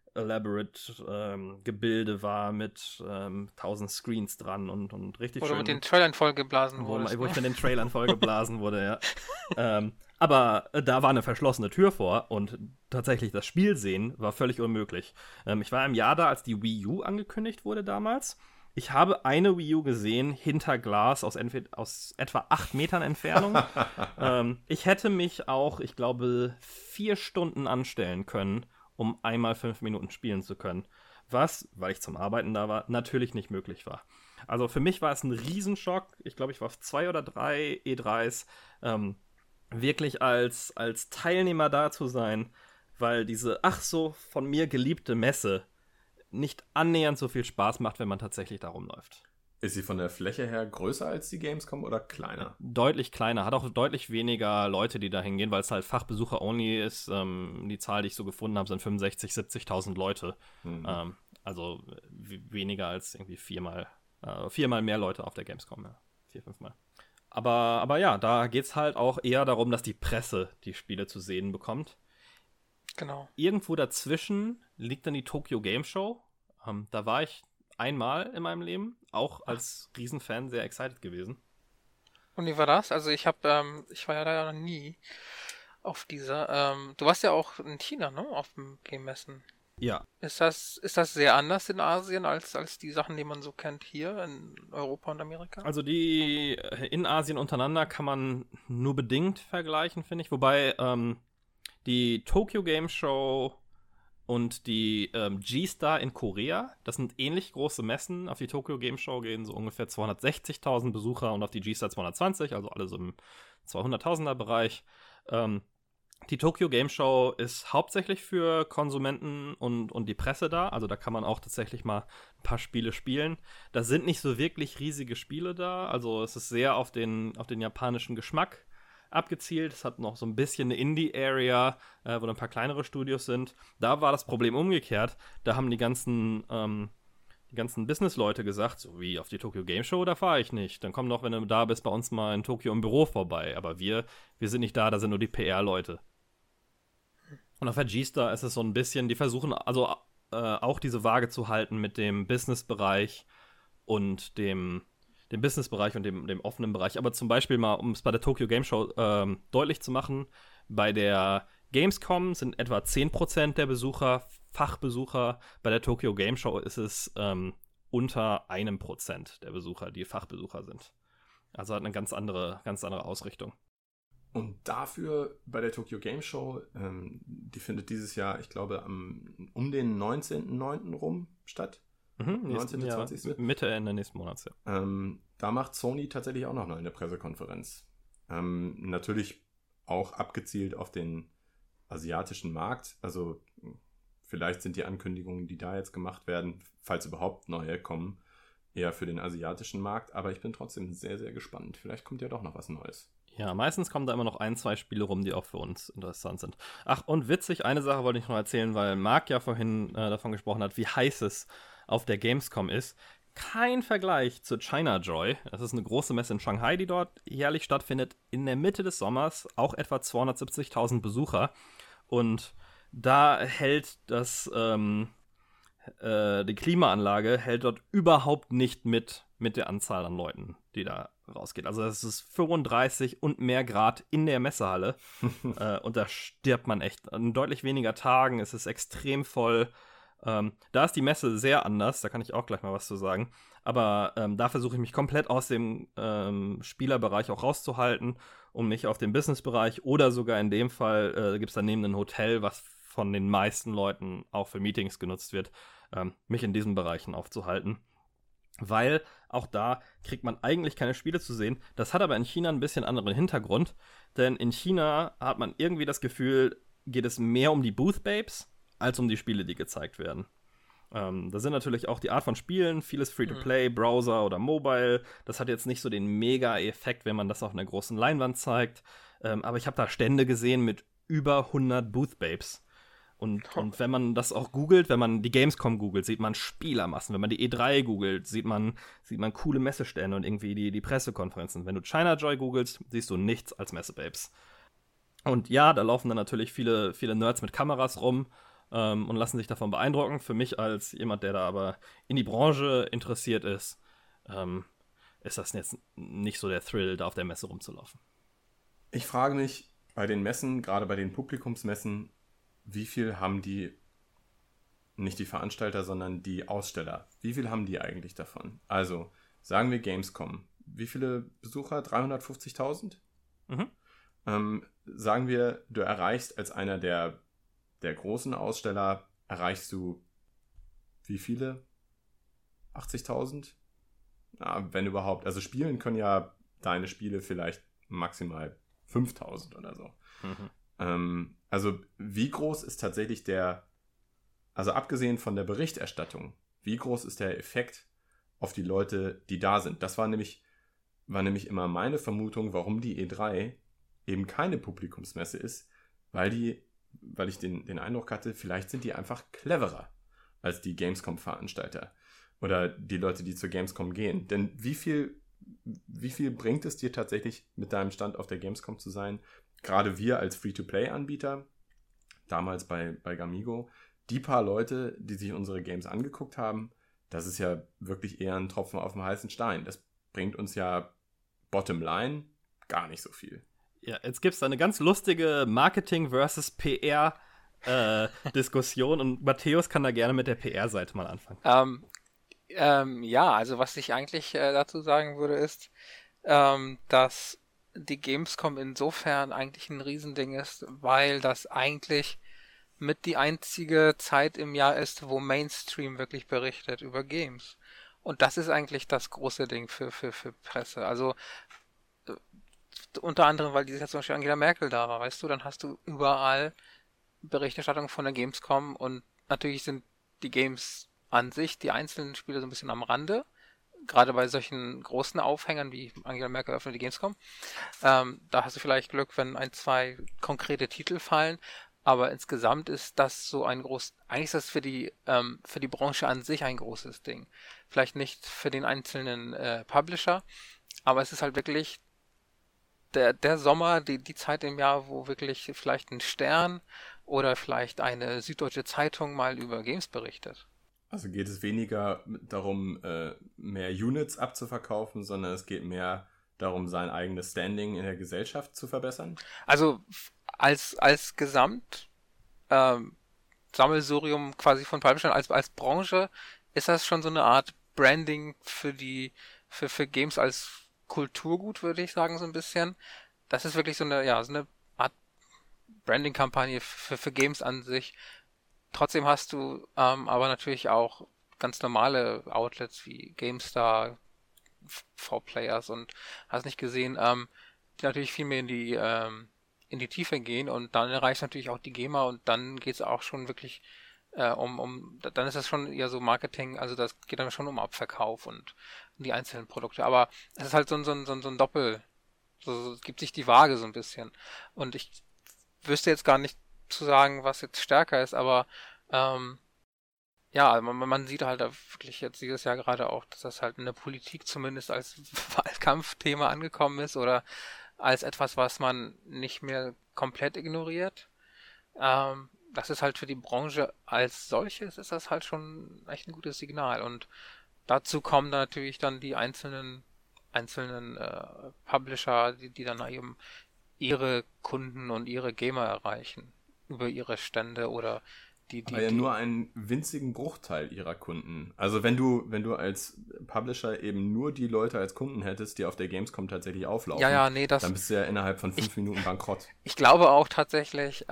elaborate Gebilde war mit 1000 Screens dran und richtig schön. Oder mit den Trailern vollgeblasen wurde. Wo ich mit den Trailern vollgeblasen wurde, ja. Aber da war eine verschlossene Tür vor und tatsächlich das Spiel sehen war völlig unmöglich. Ich war im Jahr da, als die Wii U angekündigt wurde damals. Ich habe eine Wii U gesehen hinter Glas aus etwa 8 Metern Entfernung. Ich hätte mich auch, ich glaube, 4 Stunden anstellen können, um einmal 5 Minuten spielen zu können. Was, weil ich zum Arbeiten da war, natürlich nicht möglich war. Also für mich war es ein Riesenschock. Ich glaube, ich war auf 2 oder 3 E3s. Wirklich als Teilnehmer da zu sein, weil diese ach so von mir geliebte Messe nicht annähernd so viel Spaß macht, wenn man tatsächlich da rumläuft. Ist sie von der Fläche her größer als die Gamescom oder kleiner? Deutlich kleiner, hat auch deutlich weniger Leute, die da hingehen, weil es halt Fachbesucher-only ist. Die Zahl, die ich so gefunden habe, sind 65.000, 70.000 Leute. Also weniger als irgendwie viermal mehr Leute auf der Gamescom, ja. 4-5 Mal. Aber ja, da geht es halt auch eher darum, dass die Presse die Spiele zu sehen bekommt. Genau. Irgendwo dazwischen liegt dann die Tokyo Game Show. Da war ich einmal in meinem Leben, auch als Riesenfan sehr excited gewesen. Und wie war das? Also ich war ja da noch nie auf dieser. Du warst ja auch in China, ne? Auf dem Game-Messen. Ja. Ist das sehr anders in Asien als die Sachen, die man so kennt hier in Europa und Amerika? Also die in Asien untereinander kann man nur bedingt vergleichen, finde ich. Wobei die Tokyo Game Show und die G-Star in Korea, das sind ähnlich große Messen. Auf die Tokyo Game Show gehen so ungefähr 260.000 Besucher und auf die G-Star 220, also alle so im 200.000er Bereich. Die Tokyo Game Show ist hauptsächlich für Konsumenten und die Presse da. Also da kann man auch tatsächlich mal ein paar Spiele spielen. Da sind nicht so wirklich riesige Spiele da. Also es ist sehr auf den japanischen Geschmack abgezielt. Es hat noch so ein bisschen eine Indie-Area, wo ein paar kleinere Studios sind. Da war das Problem umgekehrt. Da haben die ganzen Business-Leute gesagt, so wie auf die Tokyo Game Show, da fahre ich nicht. Dann komm doch, wenn du da bist, bei uns mal in Tokio im Büro vorbei. Aber wir sind nicht da sind nur die PR-Leute. Und auf der G-Star ist es so ein bisschen, die versuchen also auch diese Waage zu halten mit dem Business-Bereich und dem Business-Bereich und dem offenen Bereich. Aber zum Beispiel mal, um es bei der Tokyo Game Show deutlich zu machen, bei der Gamescom sind etwa 10% der Besucher Fachbesucher. Bei der Tokyo Game Show ist es unter 1% der Besucher, die Fachbesucher sind. Also hat eine ganz andere Ausrichtung. Und dafür bei der Tokyo Game Show, die findet dieses Jahr, ich glaube, um den 19.09. rum statt. 19. 20. Mitte, Ende nächsten Monats, ja. Da macht Sony tatsächlich auch noch eine Pressekonferenz. Natürlich auch abgezielt auf den asiatischen Markt. Also vielleicht sind die Ankündigungen, die da jetzt gemacht werden, falls überhaupt neue kommen, eher für den asiatischen Markt. Aber ich bin trotzdem sehr, sehr gespannt. Vielleicht kommt ja doch noch was Neues. Ja, meistens kommen da immer noch 1, 2 Spiele rum, die auch für uns interessant sind. Ach, und witzig, eine Sache wollte ich noch erzählen, weil Marc ja vorhin davon gesprochen hat, wie heiß es auf der Gamescom ist. Kein Vergleich zu China Joy. Das ist eine große Messe in Shanghai, die dort jährlich stattfindet. In der Mitte des Sommers, auch etwa 270.000 Besucher. Und da hält die Klimaanlage hält dort überhaupt nicht mit der Anzahl an Leuten, die da rausgeht. Also es ist 35 und mehr Grad in der Messehalle. Und da stirbt man echt. An deutlich weniger Tagen. Es ist extrem voll. Da ist die Messe sehr anders, da kann ich auch gleich mal was zu sagen. Aber da versuche ich mich komplett aus dem Spielerbereich auch rauszuhalten, um mich auf den Businessbereich oder sogar in dem Fall gibt es daneben ein Hotel, was von den meisten Leuten auch für Meetings genutzt wird, mich in diesen Bereichen aufzuhalten. Weil auch da kriegt man eigentlich keine Spiele zu sehen. Das hat aber in China ein bisschen anderen Hintergrund, denn in China hat man irgendwie das Gefühl, geht es mehr um die Booth Babes als um die Spiele, die gezeigt werden. Da sind natürlich auch die Art von Spielen, vieles Free-to-Play, Browser oder Mobile. Das hat jetzt nicht so den Mega-Effekt, wenn man das auf einer großen Leinwand zeigt. Aber ich habe da Stände gesehen mit über 100 Booth-Babes. Und wenn man das auch googelt, wenn man die Gamescom googelt, sieht man Spielermassen. Wenn man die E3 googelt, sieht man coole Messestände und irgendwie die Pressekonferenzen. Wenn du China Joy googelst, siehst du nichts als Messebabes. Und ja, da laufen dann natürlich viele Nerds mit Kameras rum und lassen sich davon beeindrucken. Für mich als jemand, der da aber in die Branche interessiert ist, ist das jetzt nicht so der Thrill, da auf der Messe rumzulaufen. Ich frage mich bei den Messen, gerade bei den Publikumsmessen, wie viel haben die, nicht die Veranstalter, sondern die Aussteller, wie viel haben die eigentlich davon? Also, sagen wir Gamescom. Wie viele Besucher? 350.000? Sagen wir, du erreichst als einer der großen Aussteller, erreichst du wie viele? 80.000? Ja, wenn überhaupt. Also spielen können ja deine Spiele vielleicht maximal 5.000 oder so. Also wie groß ist tatsächlich also abgesehen von der Berichterstattung, wie groß ist der Effekt auf die Leute, die da sind? Das war nämlich immer meine Vermutung, warum die E3 eben keine Publikumsmesse ist, weil ich den Eindruck hatte, vielleicht sind die einfach cleverer als die Gamescom-Veranstalter oder die Leute, die zur Gamescom gehen. Denn wie viel bringt es dir tatsächlich, mit deinem Stand auf der Gamescom zu sein? Gerade wir als Free-to-Play-Anbieter, damals bei Gamigo, die paar Leute, die sich unsere Games angeguckt haben, das ist ja wirklich eher ein Tropfen auf dem heißen Stein. Das bringt uns ja bottom line gar nicht so viel. Ja, jetzt gibt es da eine ganz lustige Marketing versus PR Diskussion und Matthäus kann da gerne mit der PR-Seite mal anfangen. Ja, also was ich eigentlich dazu sagen würde ist, dass die Gamescom insofern eigentlich ein Riesending ist, weil das eigentlich mit die einzige Zeit im Jahr ist, wo Mainstream wirklich berichtet über Games. Und das ist eigentlich das große Ding für Presse. Also unter anderem, weil dieses Jahr zum Beispiel Angela Merkel da war, weißt du, dann hast du überall Berichterstattung von der Gamescom und natürlich sind die Games an sich, die einzelnen Spiele so ein bisschen am Rande, gerade bei solchen großen Aufhängern wie Angela Merkel öffnet die Gamescom. Da hast du vielleicht Glück, wenn 1, 2 konkrete Titel fallen, aber insgesamt ist das so eigentlich ist das für die Branche an sich ein großes Ding. Vielleicht nicht für den einzelnen Publisher, aber es ist halt wirklich der Sommer, die Zeit im Jahr, wo wirklich vielleicht ein Stern oder vielleicht eine Süddeutsche Zeitung mal über Games berichtet. Also geht es weniger darum, mehr Units abzuverkaufen, sondern es geht mehr darum, sein eigenes Standing in der Gesellschaft zu verbessern? Also als Gesamt Sammelsurium quasi von Publishern, als Branche ist das schon so eine Art Branding für Games als Kulturgut, würde ich sagen, so ein bisschen. das ist wirklich so eine Art Branding-Kampagne für Games an sich. Trotzdem hast du aber natürlich auch ganz normale Outlets wie GameStar, 4Players und hast nicht gesehen, die natürlich viel mehr in die Tiefe gehen und dann erreicht natürlich auch die GEMA und dann geht es auch schon wirklich dann ist das schon eher so Marketing, also das geht dann schon um Abverkauf und um die einzelnen Produkte. Aber es ist halt so ein Doppel, so gibt sich die Waage so ein bisschen. Und ich wüsste jetzt gar nicht zu sagen, was jetzt stärker ist, aber ja, man sieht halt wirklich jetzt dieses Jahr gerade auch, dass das halt in der Politik zumindest als Wahlkampfthema angekommen ist oder als etwas, was man nicht mehr komplett ignoriert. Das ist halt für die Branche als solches, ist das halt schon echt ein gutes Signal. Und dazu kommen dann natürlich dann die einzelnen Publisher, die dann eben ihre Kunden und ihre Gamer erreichen über ihre Stände oder aber ja nur einen winzigen Bruchteil ihrer Kunden. Also wenn du als Publisher eben nur die Leute als Kunden hättest, die auf der Gamescom tatsächlich auflaufen, dann bist du ja innerhalb von 5 Minuten bankrott. Ich glaube auch tatsächlich,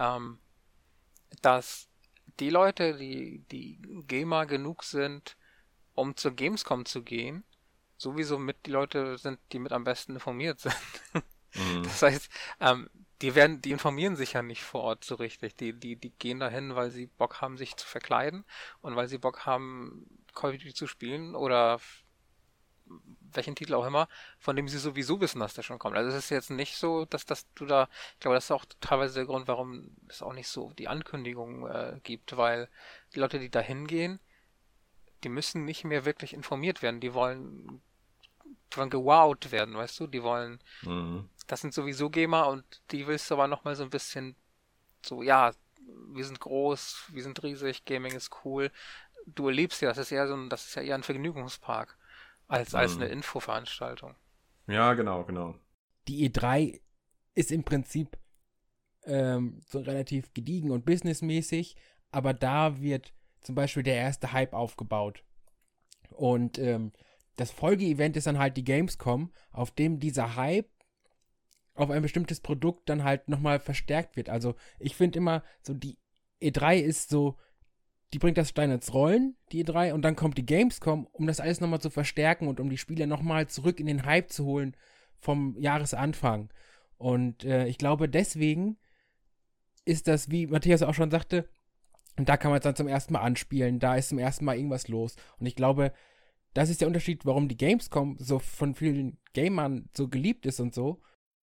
dass die Leute, die Gamer genug sind, um zur Gamescom zu gehen, sowieso mit die Leute sind, die mit am besten informiert sind. Das heißt, die informieren sich ja nicht vor Ort so richtig. Die gehen dahin, weil sie Bock haben, sich zu verkleiden und weil sie Bock haben, Call of Duty zu spielen oder welchen Titel auch immer, von dem sie sowieso wissen, dass der schon kommt. Also es ist jetzt nicht so, dass du da, ich glaube, das ist auch teilweise der Grund, warum es auch nicht so die Ankündigung gibt, weil die Leute, die da hingehen, die müssen nicht mehr wirklich informiert werden. Die wollen gewowt werden, weißt du? Die wollen, das sind sowieso Gamer und die willst du aber nochmal so ein bisschen so, ja, wir sind groß, wir sind riesig, Gaming ist cool. Du erlebst ja, das ist ja eher ein Vergnügungspark als eine Infoveranstaltung. Ja, genau. Die E3 ist im Prinzip so relativ gediegen und businessmäßig, aber da wird zum Beispiel der erste Hype aufgebaut. Und das Folgeevent ist dann halt die Gamescom, auf dem dieser Hype auf ein bestimmtes Produkt dann halt nochmal verstärkt wird. Also ich finde immer, so die E3 ist so, die bringt das Stein ins Rollen, die E3, und dann kommt die Gamescom, um das alles nochmal zu verstärken und um die Spieler nochmal zurück in den Hype zu holen vom Jahresanfang. Und ich glaube, deswegen ist das, wie Matthias auch schon sagte, und da kann man es dann zum ersten Mal anspielen, da ist zum ersten Mal irgendwas los. Und ich glaube, das ist der Unterschied, warum die Gamescom so von vielen Gamern so geliebt ist und so.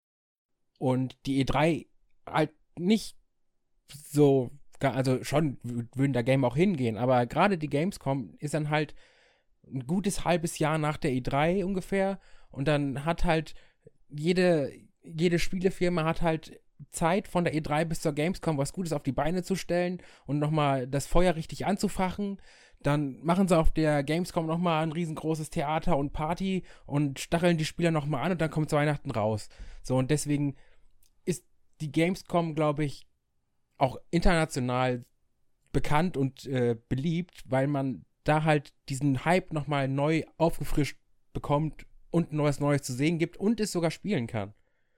Und die E3 halt nicht so, also schon würden da Gamer auch hingehen, aber gerade die Gamescom ist dann halt ein gutes halbes Jahr nach der E3 ungefähr und dann hat halt jede Spielefirma hat halt Zeit von der E3 bis zur Gamescom was Gutes auf die Beine zu stellen und nochmal das Feuer richtig anzufachen. Dann machen sie auf der Gamescom nochmal ein riesengroßes Theater und Party und stacheln die Spieler nochmal an und dann kommt zu Weihnachten raus. So, und deswegen ist die Gamescom, glaube ich, auch international bekannt und beliebt, weil man da halt diesen Hype nochmal neu aufgefrischt bekommt und was Neues zu sehen gibt und es sogar spielen kann.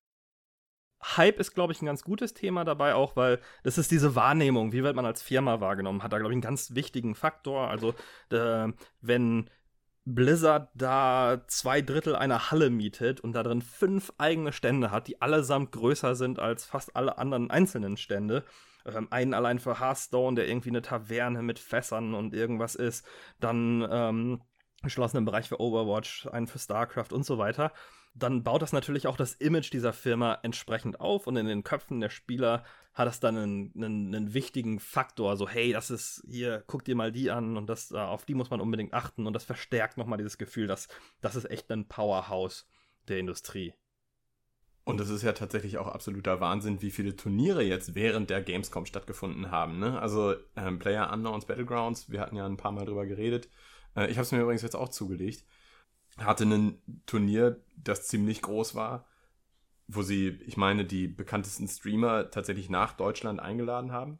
Hype ist, glaube ich, ein ganz gutes Thema dabei auch, weil das ist diese Wahrnehmung, wie wird man als Firma wahrgenommen, hat da, glaube ich, einen ganz wichtigen Faktor. Also, wenn Blizzard da 2/3 einer Halle mietet und da drin 5 eigene Stände hat, die allesamt größer sind als fast alle anderen einzelnen Stände, einen allein für Hearthstone, der irgendwie eine Taverne mit Fässern und irgendwas ist, dann geschlossenen Bereich für Overwatch, einen für StarCraft und so weiter, dann baut das natürlich auch das Image dieser Firma entsprechend auf und in den Köpfen der Spieler hat das dann einen wichtigen Faktor, so hey, das ist hier, guck dir mal die an und das, auf die muss man unbedingt achten und das verstärkt nochmal dieses Gefühl, dass das ist echt ein Powerhouse der Industrie. Und es ist ja tatsächlich auch absoluter Wahnsinn, wie viele Turniere jetzt während der Gamescom stattgefunden haben, ne? Also PlayerUnknown's Battlegrounds, wir hatten ja ein paar Mal drüber geredet, ich habe es mir übrigens jetzt auch zugelegt, hatte ein Turnier, das ziemlich groß war, wo sie, ich meine, die bekanntesten Streamer tatsächlich nach Deutschland eingeladen haben.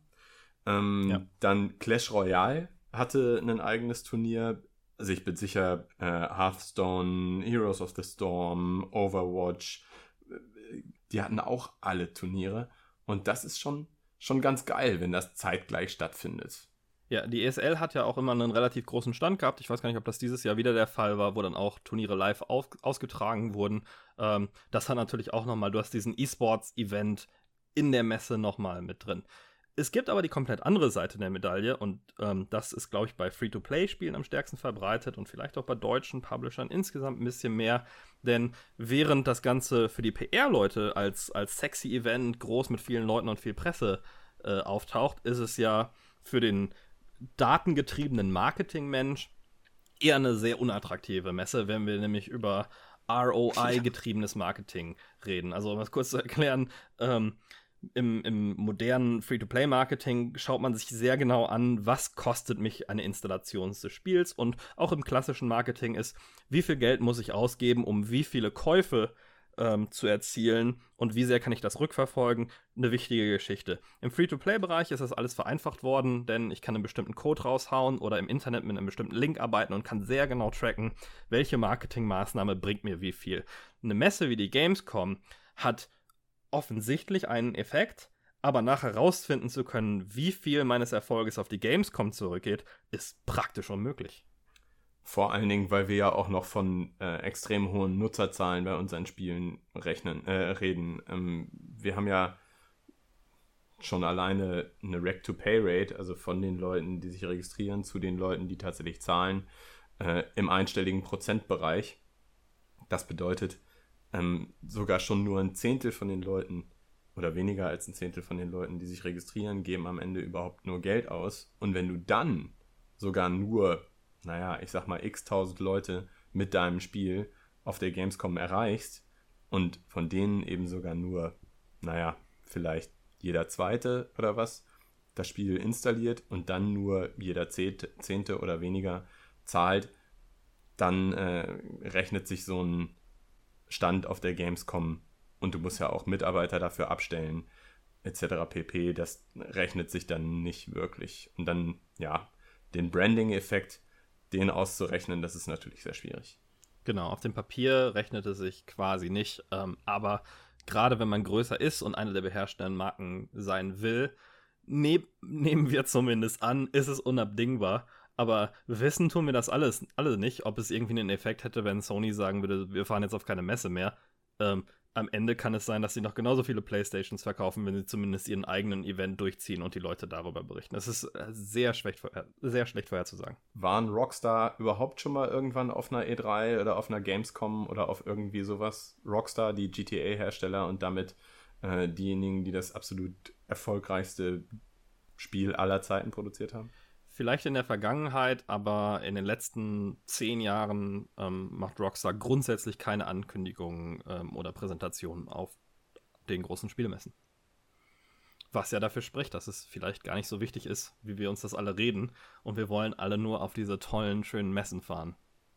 Dann Clash Royale hatte ein eigenes Turnier. Also ich bin sicher, Hearthstone, Heroes of the Storm, Overwatch, die hatten auch alle Turniere. Und das ist schon ganz geil, wenn das zeitgleich stattfindet. Ja, die ESL hat ja auch immer einen relativ großen Stand gehabt. Ich weiß gar nicht, ob das dieses Jahr wieder der Fall war, wo dann auch Turniere live ausgetragen wurden. Das hat natürlich auch nochmal, du hast diesen E-Sports-Event in der Messe nochmal mit drin. Es gibt aber die komplett andere Seite der Medaille und das ist, glaube ich, bei Free-to-Play-Spielen am stärksten verbreitet und vielleicht auch bei deutschen Publishern insgesamt ein bisschen mehr. Denn während das Ganze für die PR-Leute als sexy Event, groß mit vielen Leuten und viel Presse auftaucht, ist es ja für den datengetriebenen Marketingmensch eher eine sehr unattraktive Messe, wenn wir nämlich über ROI-getriebenes Marketing reden. Also um das kurz zu erklären, im modernen Free-to-Play-Marketing schaut man sich sehr genau an, was kostet mich eine Installation des Spiels, und auch im klassischen Marketing ist, wie viel Geld muss ich ausgeben, um wie viele Käufe zu erzielen und wie sehr kann ich das rückverfolgen, eine wichtige Geschichte. Im Free-to-Play-Bereich ist das alles vereinfacht worden, denn ich kann einen bestimmten Code raushauen oder im Internet mit einem bestimmten Link arbeiten und kann sehr genau tracken, welche Marketingmaßnahme bringt mir wie viel. Eine Messe wie die Gamescom hat offensichtlich einen Effekt, aber nachher herausfinden zu können, wie viel meines Erfolges auf die Gamescom zurückgeht, ist praktisch unmöglich. Vor allen Dingen, weil wir ja auch noch von extrem hohen Nutzerzahlen bei unseren Spielen reden. Wir haben ja schon alleine eine Rack-to-Pay-Rate, also von den Leuten, die sich registrieren, zu den Leuten, die tatsächlich zahlen, im einstelligen Prozentbereich. Das bedeutet, sogar schon nur ein Zehntel von den Leuten oder weniger als ein Zehntel von den Leuten, die sich registrieren, geben am Ende überhaupt nur Geld aus. Und wenn du dann sogar nur, ich sag mal x-tausend Leute mit deinem Spiel auf der Gamescom erreichst und von denen eben sogar nur, vielleicht jeder Zweite oder was das Spiel installiert und dann nur jeder Zehnte oder weniger zahlt, dann rechnet sich so ein Stand auf der Gamescom, und du musst ja auch Mitarbeiter dafür abstellen, etc. pp. Das rechnet sich dann nicht wirklich. Und dann, den Branding-Effekt, den auszurechnen, das ist natürlich sehr schwierig. Genau, auf dem Papier rechnet es sich quasi nicht, aber gerade wenn man größer ist und eine der beherrschenden Marken sein will, nehmen wir zumindest an, ist es unabdingbar. Aber wissen tun wir das alle nicht, ob es irgendwie einen Effekt hätte, wenn Sony sagen würde, wir fahren jetzt auf keine Messe mehr. Am Ende kann es sein, dass sie noch genauso viele Playstations verkaufen, wenn sie zumindest ihren eigenen Event durchziehen und die Leute darüber berichten. Das ist sehr schlecht vorherzusagen. Waren Rockstar überhaupt schon mal irgendwann auf einer E3 oder auf einer Gamescom oder auf irgendwie sowas? Rockstar, die GTA-Hersteller und damit diejenigen, die das absolut erfolgreichste Spiel aller Zeiten produziert haben? Vielleicht in der Vergangenheit, aber in den letzten 10 Jahren macht Rockstar grundsätzlich keine Ankündigungen oder Präsentationen auf den großen Spielemessen. Was ja dafür spricht, dass es vielleicht gar nicht so wichtig ist, wie wir uns das alle reden, und wir wollen alle nur auf diese tollen, schönen Messen fahren.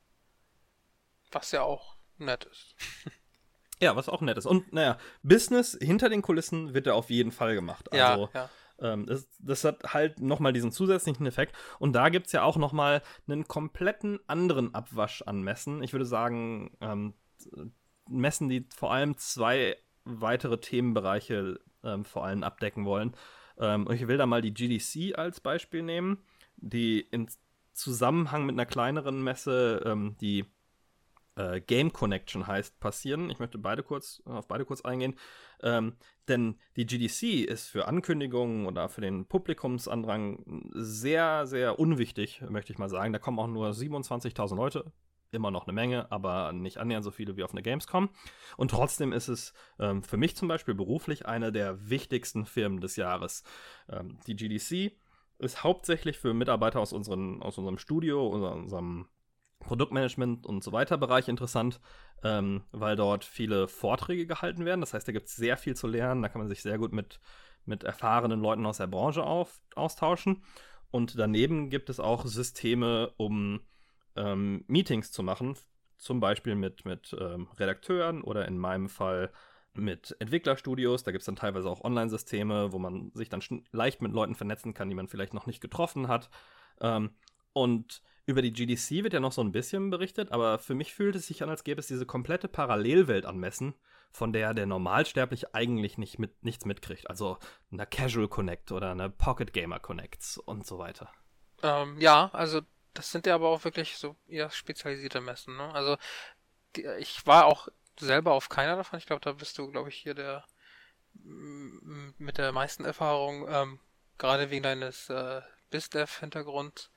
Was ja auch nett ist. Ja, was auch nett ist. Und Business hinter den Kulissen wird ja auf jeden Fall gemacht. Also, ja. Das hat halt nochmal diesen zusätzlichen Effekt. Und da gibt es ja auch nochmal einen kompletten anderen Abwasch an Messen. Ich würde sagen, Messen, die vor allem 2 weitere Themenbereiche vor allem abdecken wollen. Und ich will da mal die GDC als Beispiel nehmen, die in Zusammenhang mit einer kleineren Messe, die Game Connection heißt, passieren. Ich möchte auf beide kurz eingehen. Denn die GDC ist für Ankündigungen oder für den Publikumsandrang sehr, sehr unwichtig, möchte ich mal sagen. Da kommen auch nur 27.000 Leute. Immer noch eine Menge, aber nicht annähernd so viele wie auf einer Gamescom. Und trotzdem ist es für mich zum Beispiel beruflich eine der wichtigsten Firmen des Jahres. Die GDC ist hauptsächlich für Mitarbeiter aus unserem Studio oder unserem Produktmanagement und so weiter Bereich interessant, weil dort viele Vorträge gehalten werden. Das heißt, da gibt es sehr viel zu lernen. Da kann man sich sehr gut mit erfahrenen Leuten aus der Branche austauschen. Und daneben gibt es auch Systeme, um Meetings zu machen, zum Beispiel mit Redakteuren oder in meinem Fall mit Entwicklerstudios. Da gibt es dann teilweise auch Online-Systeme, wo man sich dann leicht mit Leuten vernetzen kann, die man vielleicht noch nicht getroffen hat. Und über die GDC wird ja noch so ein bisschen berichtet, aber für mich fühlt es sich an, als gäbe es diese komplette Parallelwelt an Messen, von der der Normalsterbliche eigentlich nichts mitkriegt. Also eine Casual Connect oder eine Pocket Gamer Connect und so weiter. Ja, also das sind ja aber auch wirklich so eher spezialisierte Messen, ne? Also ich war auch selber auf keiner davon. Ich glaube, da bist du, glaube ich, hier der mit der meisten Erfahrung, gerade wegen deines BizDev-Hintergrunds.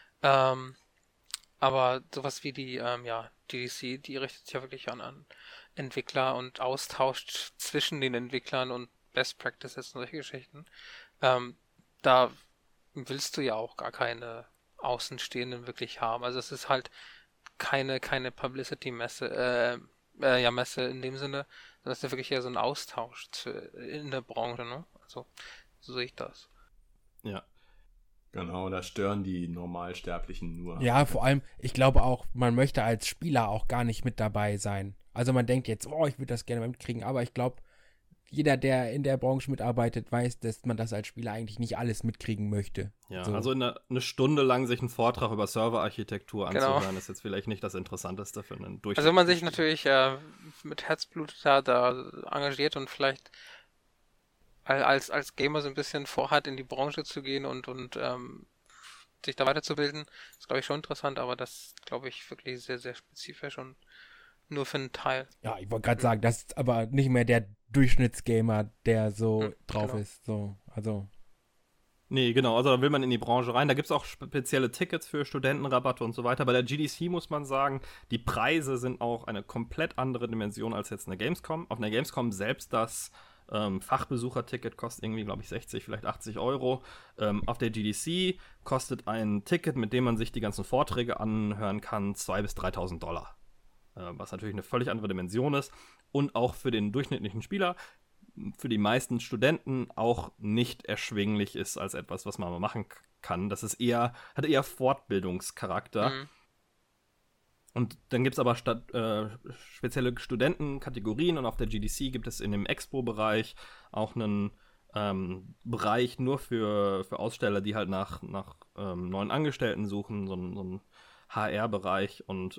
Aber sowas wie die GDC, die richtet sich ja wirklich an Entwickler und austauscht zwischen den Entwicklern und Best Practices und solche Geschichten. Da willst du ja auch gar keine Außenstehenden wirklich haben. Also es ist halt keine Publicity-Messe, Messe in dem Sinne, sondern es ist ja wirklich eher so ein Austausch in der Branche, ne? Also so sehe ich das. Ja. Genau, da stören die Normalsterblichen nur. Ja, vor allem, ich glaube auch, man möchte als Spieler auch gar nicht mit dabei sein. Also man denkt jetzt, oh, ich würde das gerne mitkriegen, aber ich glaube, jeder, der in der Branche mitarbeitet, weiß, dass man das als Spieler eigentlich nicht alles mitkriegen möchte. Ja, so. also eine Stunde lang sich einen Vortrag über Serverarchitektur anzuhören, Genau. ist jetzt vielleicht nicht das Interessanteste für einen Durchschnitt. Also wenn man sich natürlich mit Herzblut da engagiert und vielleicht als Gamer so ein bisschen vorhat, in die Branche zu gehen und sich da weiterzubilden, ist, glaube ich, schon interessant, aber das, glaube ich, wirklich sehr, sehr spezifisch und nur für einen Teil. Ja, ich wollte gerade sagen, das ist aber nicht mehr der Durchschnittsgamer, der so drauf genau. ist. So, also. Nee, genau, also da will man in die Branche rein. Da gibt es auch spezielle Tickets für Studentenrabatte und so weiter. Bei der GDC muss man sagen, die Preise sind auch eine komplett andere Dimension als jetzt eine Gamescom. Auf einer Gamescom selbst das Fachbesucherticket kostet irgendwie, glaube ich, 60, vielleicht 80 Euro. Auf der GDC kostet ein Ticket, mit dem man sich die ganzen Vorträge anhören kann, 2.000 bis 3.000 Dollar. Was natürlich eine völlig andere Dimension ist. Und auch für den durchschnittlichen Spieler, für die meisten Studenten auch nicht erschwinglich ist als etwas, was man mal machen kann. Das ist hat eher Fortbildungscharakter. Mhm. Und dann gibt es aber spezielle Studentenkategorien und auf der GDC gibt es in dem Expo-Bereich auch einen Bereich nur für Aussteller, die halt nach neuen Angestellten suchen, so ein HR-Bereich und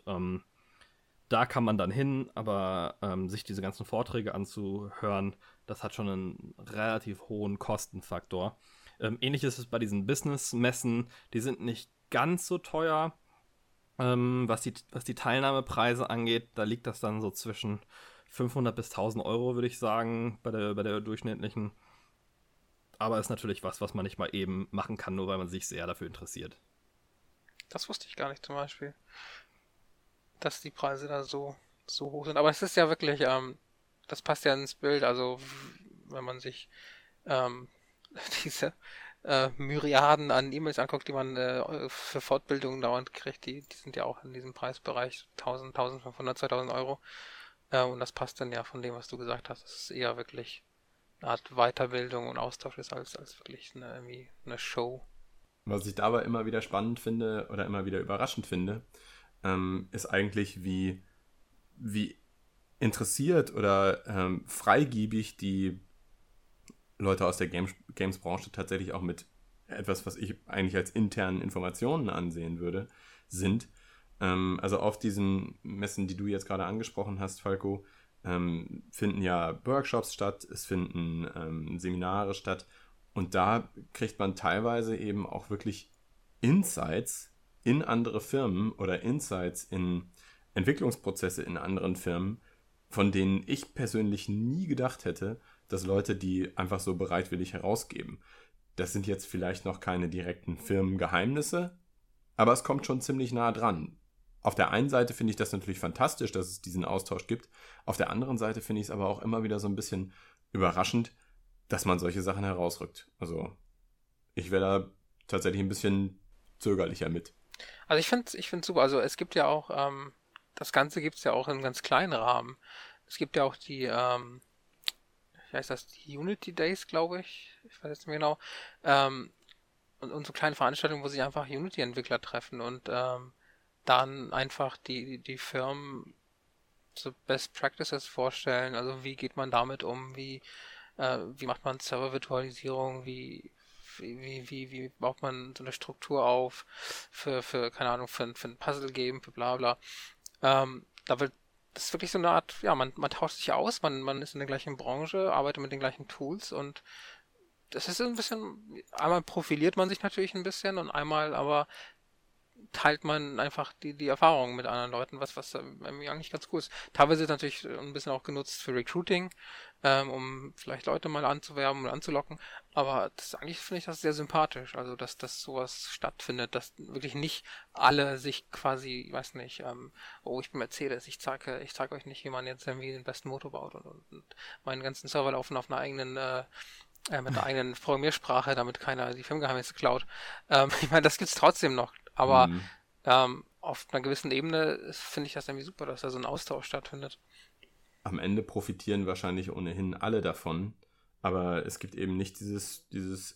da kann man dann hin, aber sich diese ganzen Vorträge anzuhören, das hat schon einen relativ hohen Kostenfaktor. Ähnlich ist es bei diesen Business-Messen, die sind nicht ganz so teuer, was die Teilnahmepreise angeht. Da liegt das dann so zwischen 500 bis 1.000 Euro, würde ich sagen, bei der durchschnittlichen. Aber ist natürlich was man nicht mal eben machen kann, nur weil man sich sehr dafür interessiert. Das wusste ich gar nicht zum Beispiel, dass die Preise da so hoch sind. Aber es ist ja wirklich, das passt ja ins Bild. Also wenn man sich diese Myriaden an E-Mails anguckt, die man für Fortbildungen dauernd kriegt, die sind ja auch in diesem Preisbereich 1.000, 1.500, 2.000 Euro. Und das passt dann ja von dem, was du gesagt hast. Das ist eher wirklich eine Art Weiterbildung und Austausch ist als wirklich irgendwie eine Show. Was ich dabei immer wieder spannend finde oder immer wieder überraschend finde, ist eigentlich, wie interessiert oder freigebig die Leute aus der Games-Branche tatsächlich auch mit etwas, was ich eigentlich als internen Informationen ansehen würde, sind. Also auf diesen Messen, die du jetzt gerade angesprochen hast, Falco, finden ja Workshops statt, es finden Seminare statt und da kriegt man teilweise eben auch wirklich Insights in andere Firmen oder Insights in Entwicklungsprozesse in anderen Firmen, von denen ich persönlich nie gedacht hätte, dass Leute die einfach so bereitwillig herausgeben. Das sind jetzt vielleicht noch keine direkten Firmengeheimnisse, aber es kommt schon ziemlich nah dran. Auf der einen Seite finde ich das natürlich fantastisch, dass es diesen Austausch gibt. Auf der anderen Seite finde ich es aber auch immer wieder so ein bisschen überraschend, dass man solche Sachen herausrückt. Also ich wäre da tatsächlich ein bisschen zögerlicher mit. Also ich find's super. Also es gibt ja auch, das Ganze gibt es ja auch in ganz kleinen Rahmen. Es gibt ja auch die, wie heißt das, die Unity Days, glaube ich. Ich weiß jetzt nicht mehr genau. Und so kleine Veranstaltungen, wo sich einfach Unity-Entwickler treffen und dann einfach die Firmen so Best Practices vorstellen. Also wie geht man damit um? Wie macht man Server-Virtualisierung? Wie wie baut man so eine Struktur auf für keine Ahnung, für ein Puzzle-Game, für bla bla. Das ist wirklich so eine Art, ja, man tauscht sich aus, man ist in der gleichen Branche, arbeitet mit den gleichen Tools und das ist ein bisschen, einmal profiliert man sich natürlich ein bisschen und einmal aber teilt man einfach die Erfahrungen mit anderen Leuten, was irgendwie eigentlich ganz cool ist. Teilweise ist es natürlich ein bisschen auch genutzt für Recruiting, um vielleicht Leute mal anzuwerben und anzulocken, aber eigentlich finde ich das sehr sympathisch, also dass sowas stattfindet, dass wirklich nicht alle sich quasi, ich weiß nicht, oh, ich bin Mercedes, ich zeige euch nicht, wie man jetzt irgendwie den besten Motor baut und meinen ganzen Server laufen auf einer eigenen mit einer eigenen Programmiersprache, damit keiner die Firmengeheimnisse klaut. Ich meine, das gibt's trotzdem noch, aber auf einer gewissen Ebene finde ich das irgendwie super, dass da so ein Austausch stattfindet. Am Ende profitieren wahrscheinlich ohnehin alle davon, aber es gibt eben nicht dieses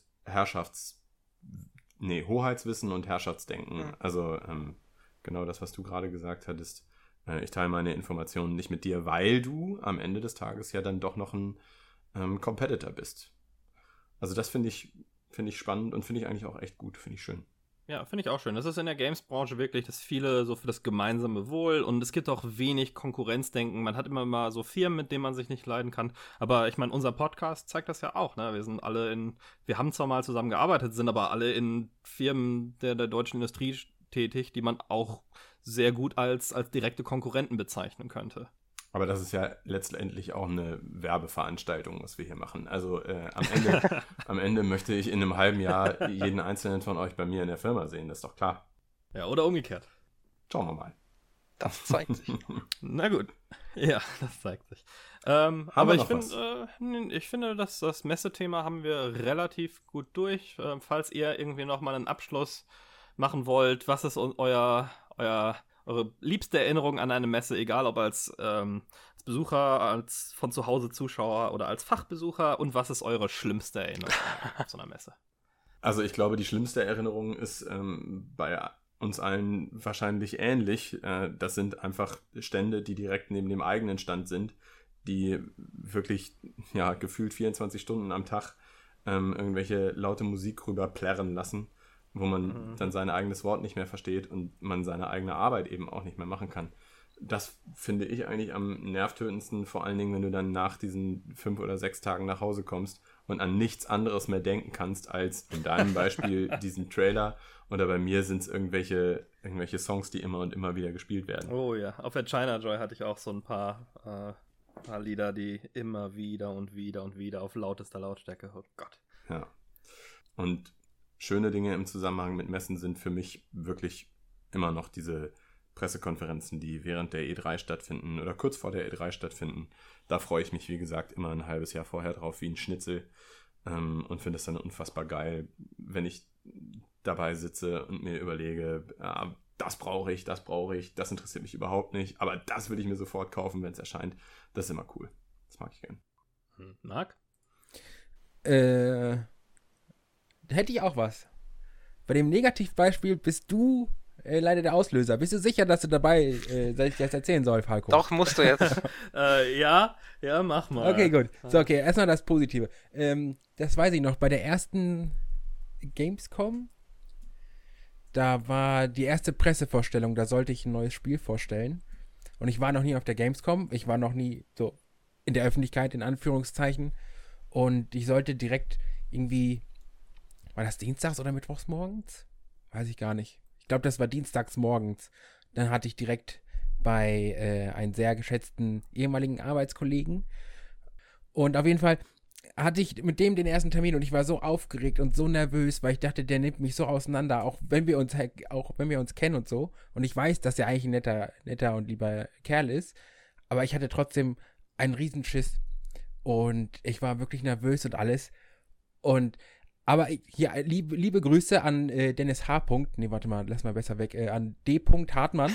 Hoheitswissen und Herrschaftsdenken. Also genau das, was du gerade gesagt hattest. Ich teile meine Informationen nicht mit dir, weil du am Ende des Tages ja dann doch noch ein Competitor bist. Also das finde ich spannend und finde ich eigentlich auch echt gut, finde ich schön. Ja, finde ich auch schön. Das ist in der Games-Branche wirklich, dass viele so für das gemeinsame Wohl und es gibt auch wenig Konkurrenzdenken. Man hat immer mal so Firmen, mit denen man sich nicht leiden kann. Aber ich meine, unser Podcast zeigt das ja auch, ne? Wir haben zwar mal zusammen gearbeitet, sind aber alle in Firmen der deutschen Industrie tätig, die man auch sehr gut als direkte Konkurrenten bezeichnen könnte. Aber das ist ja letztendlich auch eine Werbeveranstaltung, was wir hier machen. Also am Ende möchte ich in einem halben Jahr jeden einzelnen von euch bei mir in der Firma sehen, das ist doch klar. Ja, oder umgekehrt. Schauen wir mal. Das zeigt sich. Na gut. Ja, das zeigt sich. Aber ich finde, dass das Messethema haben wir relativ gut durch. Falls ihr irgendwie nochmal einen Abschluss machen wollt, was ist eure liebste Erinnerung an eine Messe, egal ob als Besucher, als von zu Hause Zuschauer oder als Fachbesucher, und was ist eure schlimmste Erinnerung an so einer Messe? Also ich glaube, die schlimmste Erinnerung ist bei uns allen wahrscheinlich ähnlich. Das sind einfach Stände, die direkt neben dem eigenen Stand sind, die wirklich gefühlt 24 Stunden am Tag irgendwelche laute Musik rüber plärren lassen, wo man dann sein eigenes Wort nicht mehr versteht und man seine eigene Arbeit eben auch nicht mehr machen kann. Das finde ich eigentlich am nervtötendsten, vor allen Dingen, wenn du dann nach diesen 5 oder 6 Tagen nach Hause kommst und an nichts anderes mehr denken kannst, als in deinem Beispiel diesen Trailer, oder bei mir sind es irgendwelche Songs, die immer und immer wieder gespielt werden. Oh ja, auf der China Joy hatte ich auch so ein paar Lieder, die immer wieder und wieder und wieder auf lautester Lautstärke, oh Gott. Ja, und schöne Dinge im Zusammenhang mit Messen sind für mich wirklich immer noch diese Pressekonferenzen, die während der E3 stattfinden oder kurz vor der E3 stattfinden. Da freue ich mich, wie gesagt, immer ein halbes Jahr vorher drauf, wie ein Schnitzel, und finde es dann unfassbar geil, wenn ich dabei sitze und mir überlege, das brauche ich, das interessiert mich überhaupt nicht, aber das will ich mir sofort kaufen, wenn es erscheint. Das ist immer cool. Das mag ich gern. Marc? Hätte ich auch was. Bei dem Negativbeispiel bist du leider der Auslöser. Bist du sicher, dass du dabei das erzählen soll, Falco? Doch, musst du jetzt. Ja, mach mal. Okay, gut. So, okay, erstmal das Positive. Das weiß ich noch, bei der ersten Gamescom, da war die erste Pressevorstellung, da sollte ich ein neues Spiel vorstellen. Und ich war noch nie auf der Gamescom, ich war noch nie so in der Öffentlichkeit, in Anführungszeichen. Und ich sollte direkt irgendwie, war das dienstags oder mittwochs morgens? Weiß ich gar nicht. Ich glaube, das war dienstags morgens. Dann hatte ich direkt bei einem sehr geschätzten ehemaligen Arbeitskollegen. Und auf jeden Fall hatte ich mit dem den ersten Termin und ich war so aufgeregt und so nervös, weil ich dachte, der nimmt mich so auseinander, auch wenn wir uns kennen und so. Und ich weiß, dass er eigentlich ein netter und lieber Kerl ist. Aber ich hatte trotzdem einen Riesenschiss. Und ich war wirklich nervös und alles. Aber hier, liebe Grüße an Dennis H. Nee, warte mal, lass mal besser weg. An D. Hartmann.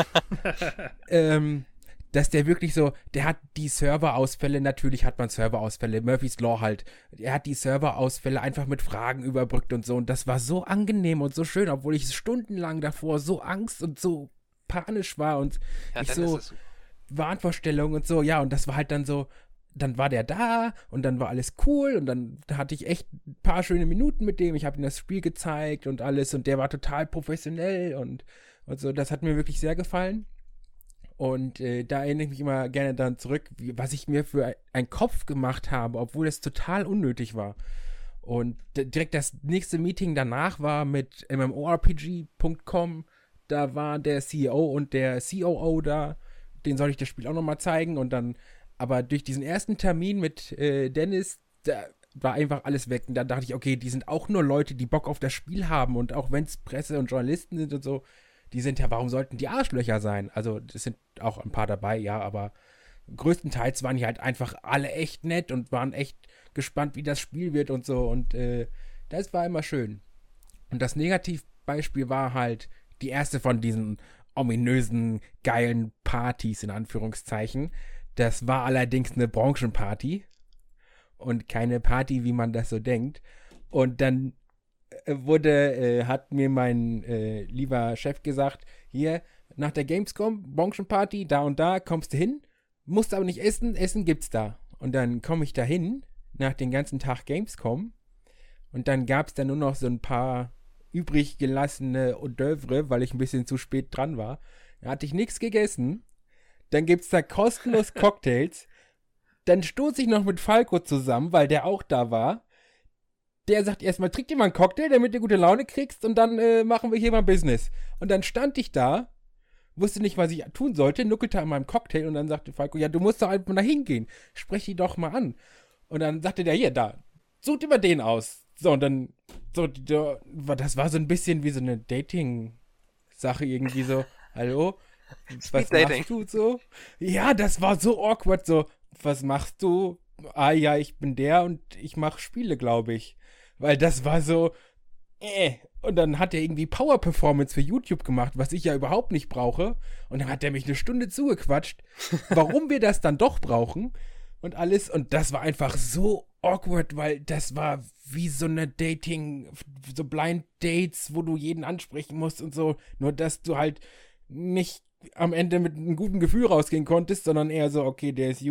Dass der wirklich so, der hat die Serverausfälle, natürlich hat man Serverausfälle, Murphy's Law halt. Er hat die Serverausfälle einfach mit Fragen überbrückt und so. Und das war so angenehm und so schön, obwohl ich stundenlang davor so Angst und so panisch war und ich so Wahnvorstellungen und so. Ja, und das war halt dann so, dann war der da und dann war alles cool und dann hatte ich echt ein paar schöne Minuten mit dem. Ich habe ihm das Spiel gezeigt und alles und der war total professionell und so. Das hat mir wirklich sehr gefallen. Und da erinnere ich mich immer gerne dann zurück, was ich mir für einen Kopf gemacht habe, obwohl es total unnötig war. Und direkt das nächste Meeting danach war mit MMORPG.com. Da war der CEO und der COO da. Den soll ich das Spiel auch nochmal zeigen. Und dann, aber durch diesen ersten Termin mit Dennis, da war einfach alles weg. Und dann dachte ich, okay, die sind auch nur Leute, die Bock auf das Spiel haben. Und auch wenn es Presse und Journalisten sind und so, die sind ja, warum sollten die Arschlöcher sein? Also, das sind auch ein paar dabei, ja, aber größtenteils waren die halt einfach alle echt nett und waren echt gespannt, wie das Spiel wird und so. Und das war immer schön. Und das Negativbeispiel war halt die erste von diesen ominösen, geilen Partys, in Anführungszeichen. Das war allerdings eine Branchenparty und keine Party, wie man das so denkt. Und dann hat mir mein lieber Chef gesagt, hier, nach der Gamescom, Branchenparty, da und da, kommst du hin, musst aber nicht essen gibt's da. Und dann komme ich da hin, nach dem ganzen Tag Gamescom, und dann gab's da nur noch so ein paar übrig gelassene Hors d'oeuvre, weil ich ein bisschen zu spät dran war. Da hatte ich nichts gegessen. Dann gibt's da kostenlos Cocktails. Dann stoße ich noch mit Falco zusammen, weil der auch da war. Der sagt erstmal, trink dir mal einen Cocktail, damit du gute Laune kriegst und dann machen wir hier mal Business. Und dann stand ich da, wusste nicht, was ich tun sollte, nuckelte an meinem Cocktail und dann sagte Falco, ja, du musst doch einfach mal da hingehen. Sprech die doch mal an. Und dann sagte der, hier, da, such dir mal den aus. So, und dann, das war so ein bisschen wie so eine Dating-Sache irgendwie so, hallo, was machst du so? Ja, das war so awkward, so, was machst du? Ah ja, ich bin der und ich mache Spiele, glaube ich. Weil das war so, Und dann hat er irgendwie Power-Performance für YouTube gemacht, was ich ja überhaupt nicht brauche. Und dann hat er mich eine Stunde zugequatscht, warum wir das dann doch brauchen und alles. Und das war einfach so awkward, weil das war wie so eine so Blind Dates, wo du jeden ansprechen musst und so. Nur, dass du halt nicht am Ende mit einem guten Gefühl rausgehen konntest, sondern eher so, okay, der ist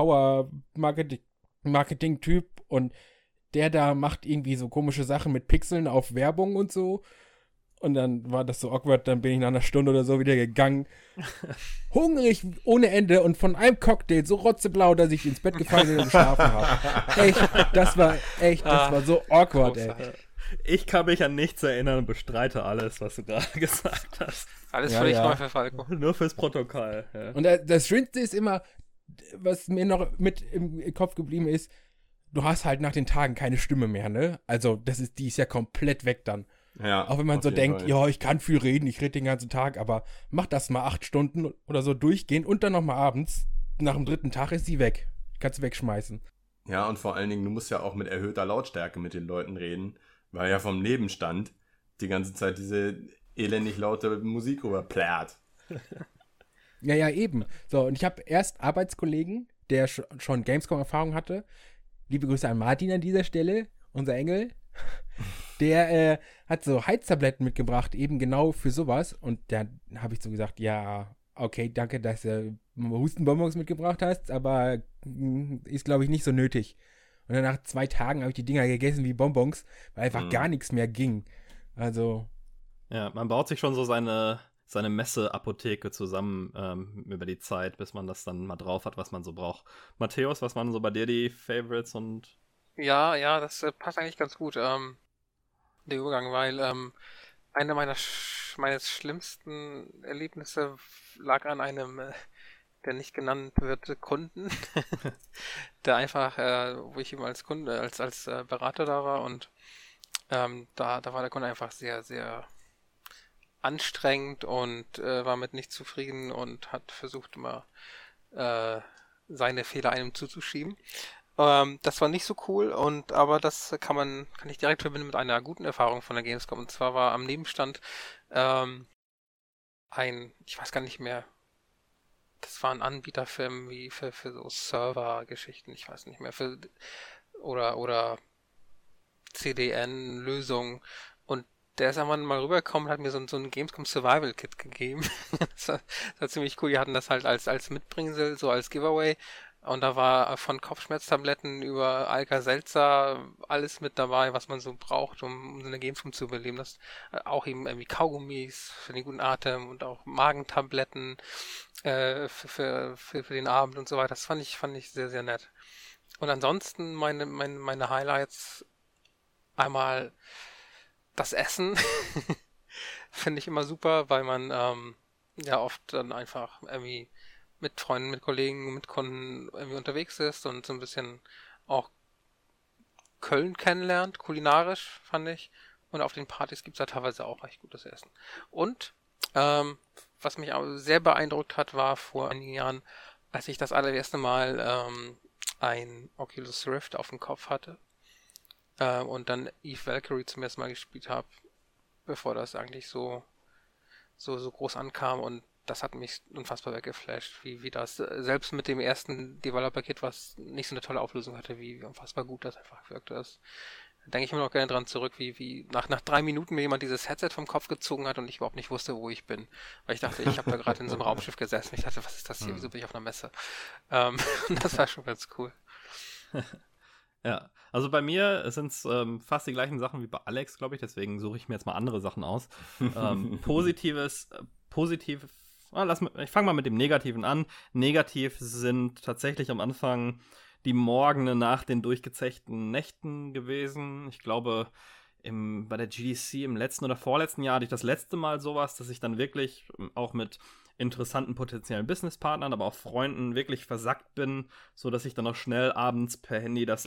YouTube-Power-Marketing-Typ und der da macht irgendwie so komische Sachen mit Pixeln auf Werbung und so. Und dann war das so awkward, dann bin ich nach einer Stunde oder so wieder gegangen. Hungrig ohne Ende und von einem Cocktail so rotzeblau, dass ich ins Bett gefallen bin und geschlafen habe. Das war so awkward, ey. Ich kann mich an nichts erinnern und bestreite alles, was du gerade gesagt hast. Alles völlig neu für Falco. Nur fürs Protokoll. Ja. Und das Schönste ist immer, was mir noch mit im Kopf geblieben ist, du hast halt nach den Tagen keine Stimme mehr, ne? Also die ist ja komplett weg dann. Ja, auch wenn man so denkt, ja, ich kann viel reden, ich rede den ganzen Tag, aber mach das mal 8 Stunden oder so durchgehen und dann nochmal abends. Nach dem 3. Tag ist sie weg. Kannst du wegschmeißen. Ja, und vor allen Dingen, du musst ja auch mit erhöhter Lautstärke mit den Leuten reden, weil ja vom Nebenstand die ganze Zeit diese elendig laute Musik rüberplärt. Ja, eben. So, und ich habe erst Arbeitskollegen, der schon Gamescom-Erfahrung hatte. Liebe Grüße an Martin an dieser Stelle, unser Engel. Der hat so Heiztabletten mitgebracht, eben genau für sowas. Und dann habe ich so gesagt, ja, okay, danke, dass du Hustenbonbons mitgebracht hast, aber ist, glaube ich, nicht so nötig. Und dann nach 2 Tagen habe ich die Dinger gegessen wie Bonbons, weil einfach gar nichts mehr ging. Also. Ja, man baut sich schon so seine Messeapotheke zusammen über die Zeit, bis man das dann mal drauf hat, was man so braucht. Matthäus, was waren so bei dir die Favorites und... Ja, das passt eigentlich ganz gut, der Übergang, weil eine meines schlimmsten Erlebnisse lag an einem, der nicht genannt wird, Kunden, der einfach, wo ich eben als Kunde, als Berater da war und da war der Kunde einfach sehr, sehr anstrengend und war mit nicht zufrieden und hat versucht immer seine Fehler einem zuzuschieben. Das war nicht so cool aber das kann ich direkt verbinden mit einer guten Erfahrung von der Gamescom. Und zwar war am Nebenstand ich weiß gar nicht mehr, das war ein Anbieter für so Server-Geschichten, ich weiß nicht mehr, oder CDN-Lösungen. Und der ist einmal mal rübergekommen und hat mir so ein Gamescom Survival Kit gegeben. Das war ziemlich cool. Die hatten das halt als Mitbringsel, so als Giveaway. Und da war von Kopfschmerztabletten über Alka-Seltzer alles mit dabei, was man so braucht, um so eine Gamescom zu überleben. Das auch eben irgendwie Kaugummis für den guten Atem und auch Magentabletten für den Abend und so weiter. Das fand ich sehr, sehr nett. Und ansonsten meine Highlights einmal das Essen. Finde ich immer super, weil man ja oft dann einfach irgendwie mit Freunden, mit Kollegen, mit Kunden irgendwie unterwegs ist und so ein bisschen auch Köln kennenlernt, kulinarisch, fand ich. Und auf den Partys gibt es da teilweise auch recht gutes Essen. Und was mich auch sehr beeindruckt hat, war vor einigen Jahren, als ich das allererste Mal ein Oculus Rift auf dem Kopf hatte und dann Eve Valkyrie zum ersten Mal gespielt habe, bevor das eigentlich so groß ankam, und das hat mich unfassbar weggeflasht, wie das selbst mit dem ersten Developer-Kit, was nicht so eine tolle Auflösung hatte, wie unfassbar gut das einfach wirkte. Da denke ich immer noch gerne dran zurück, wie nach 3 Minuten mir jemand dieses Headset vom Kopf gezogen hat und ich überhaupt nicht wusste, wo ich bin. Weil ich dachte, ich habe da gerade in so einem Raumschiff gesessen. Ich dachte, was ist das hier? Wieso bin ich auf einer Messe? Das war schon ganz cool. Ja, also bei mir sind es fast die gleichen Sachen wie bei Alex, glaube ich, deswegen suche ich mir jetzt mal andere Sachen aus. Ich fange mal mit dem Negativen an. Negativ sind tatsächlich am Anfang die Morgene nach den durchgezechten Nächten gewesen. Ich glaube, bei der GDC im letzten oder vorletzten Jahr hatte ich das letzte Mal sowas, dass ich dann wirklich auch mit interessanten potenziellen Businesspartnern, aber auch Freunden wirklich versackt bin, sodass ich dann noch schnell abends per Handy das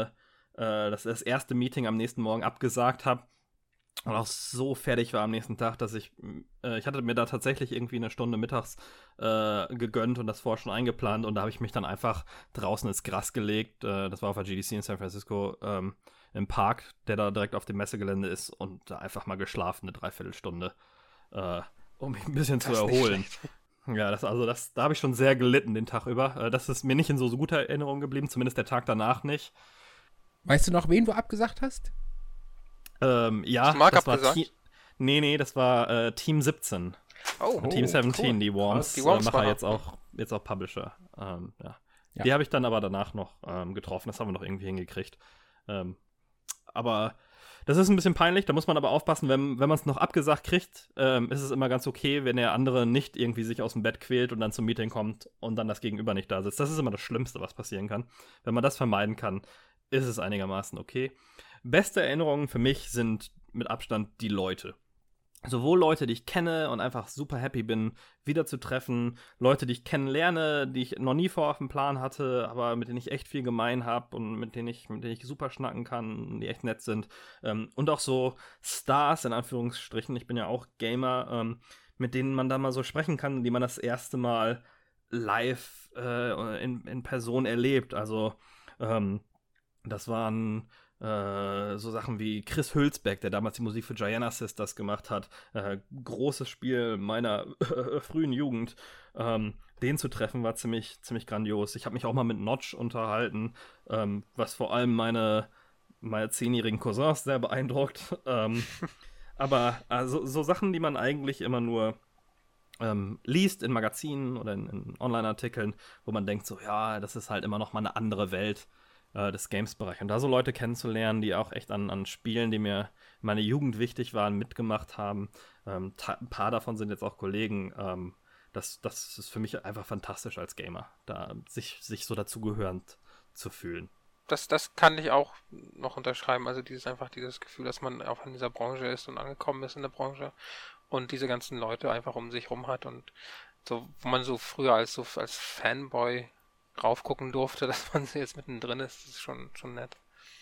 erste Meeting am nächsten Morgen abgesagt habe und auch so fertig war am nächsten Tag, dass ich hatte mir da tatsächlich irgendwie eine Stunde mittags gegönnt und das vorher schon eingeplant, und da habe ich mich dann einfach draußen ins Gras gelegt. Das war auf der GDC in San Francisco im Park, der da direkt auf dem Messegelände ist, und da einfach mal geschlafen, eine Dreiviertelstunde, um mich ein bisschen zu erholen. Ja, da habe ich schon sehr gelitten den Tag über. Das ist mir nicht in so guter Erinnerung geblieben, zumindest der Tag danach nicht. Weißt du noch, wen du abgesagt hast? Ja, das war das war Team 17. Team 17, cool. Die Worms Macher, jetzt auch Publisher. Ja. Die habe ich dann aber danach noch getroffen. Das haben wir noch irgendwie hingekriegt. Aber das ist ein bisschen peinlich, da muss man aber aufpassen, wenn man es noch abgesagt kriegt, ist es immer ganz okay, wenn der andere nicht irgendwie sich aus dem Bett quält und dann zum Meeting kommt und dann das Gegenüber nicht da sitzt. Das ist immer das Schlimmste, was passieren kann. Wenn man das vermeiden kann, ist es einigermaßen okay. Beste Erinnerungen für mich sind mit Abstand die Leute. Sowohl Leute, die ich kenne und einfach super happy bin, wiederzutreffen, Leute, die ich kennenlerne, die ich noch nie vor auf dem Plan hatte, aber mit denen ich echt viel gemein habe und mit denen ich super schnacken kann, die echt nett sind. Und auch so Stars, in Anführungsstrichen, ich bin ja auch Gamer, mit denen man da mal so sprechen kann, die man das erste Mal live in Person erlebt. Also das waren so Sachen wie Chris Hülsbeck, der damals die Musik für Gianna Sisters gemacht hat. Großes Spiel meiner frühen Jugend. Den zu treffen war ziemlich grandios. Ich habe mich auch mal mit Notch unterhalten, was vor allem meine 10-jährigen Cousins sehr beeindruckt. Aber also, so Sachen, die man eigentlich immer nur liest in Magazinen oder in Online-Artikeln, wo man denkt so, ja, das ist halt immer noch mal eine andere Welt des Games-Bereichs. Und da so Leute kennenzulernen, die auch echt an Spielen, die mir in meiner Jugend wichtig waren, mitgemacht haben. Ein paar davon sind jetzt auch Kollegen. Das ist für mich einfach fantastisch als Gamer, da sich so dazugehörend zu fühlen. Das kann ich auch noch unterschreiben. Also dieses Gefühl, dass man auch in dieser Branche ist und angekommen ist in der Branche und diese ganzen Leute einfach um sich rum hat und so, wo man so früher als Fanboy raufgucken durfte, dass man jetzt mittendrin ist, das ist schon nett.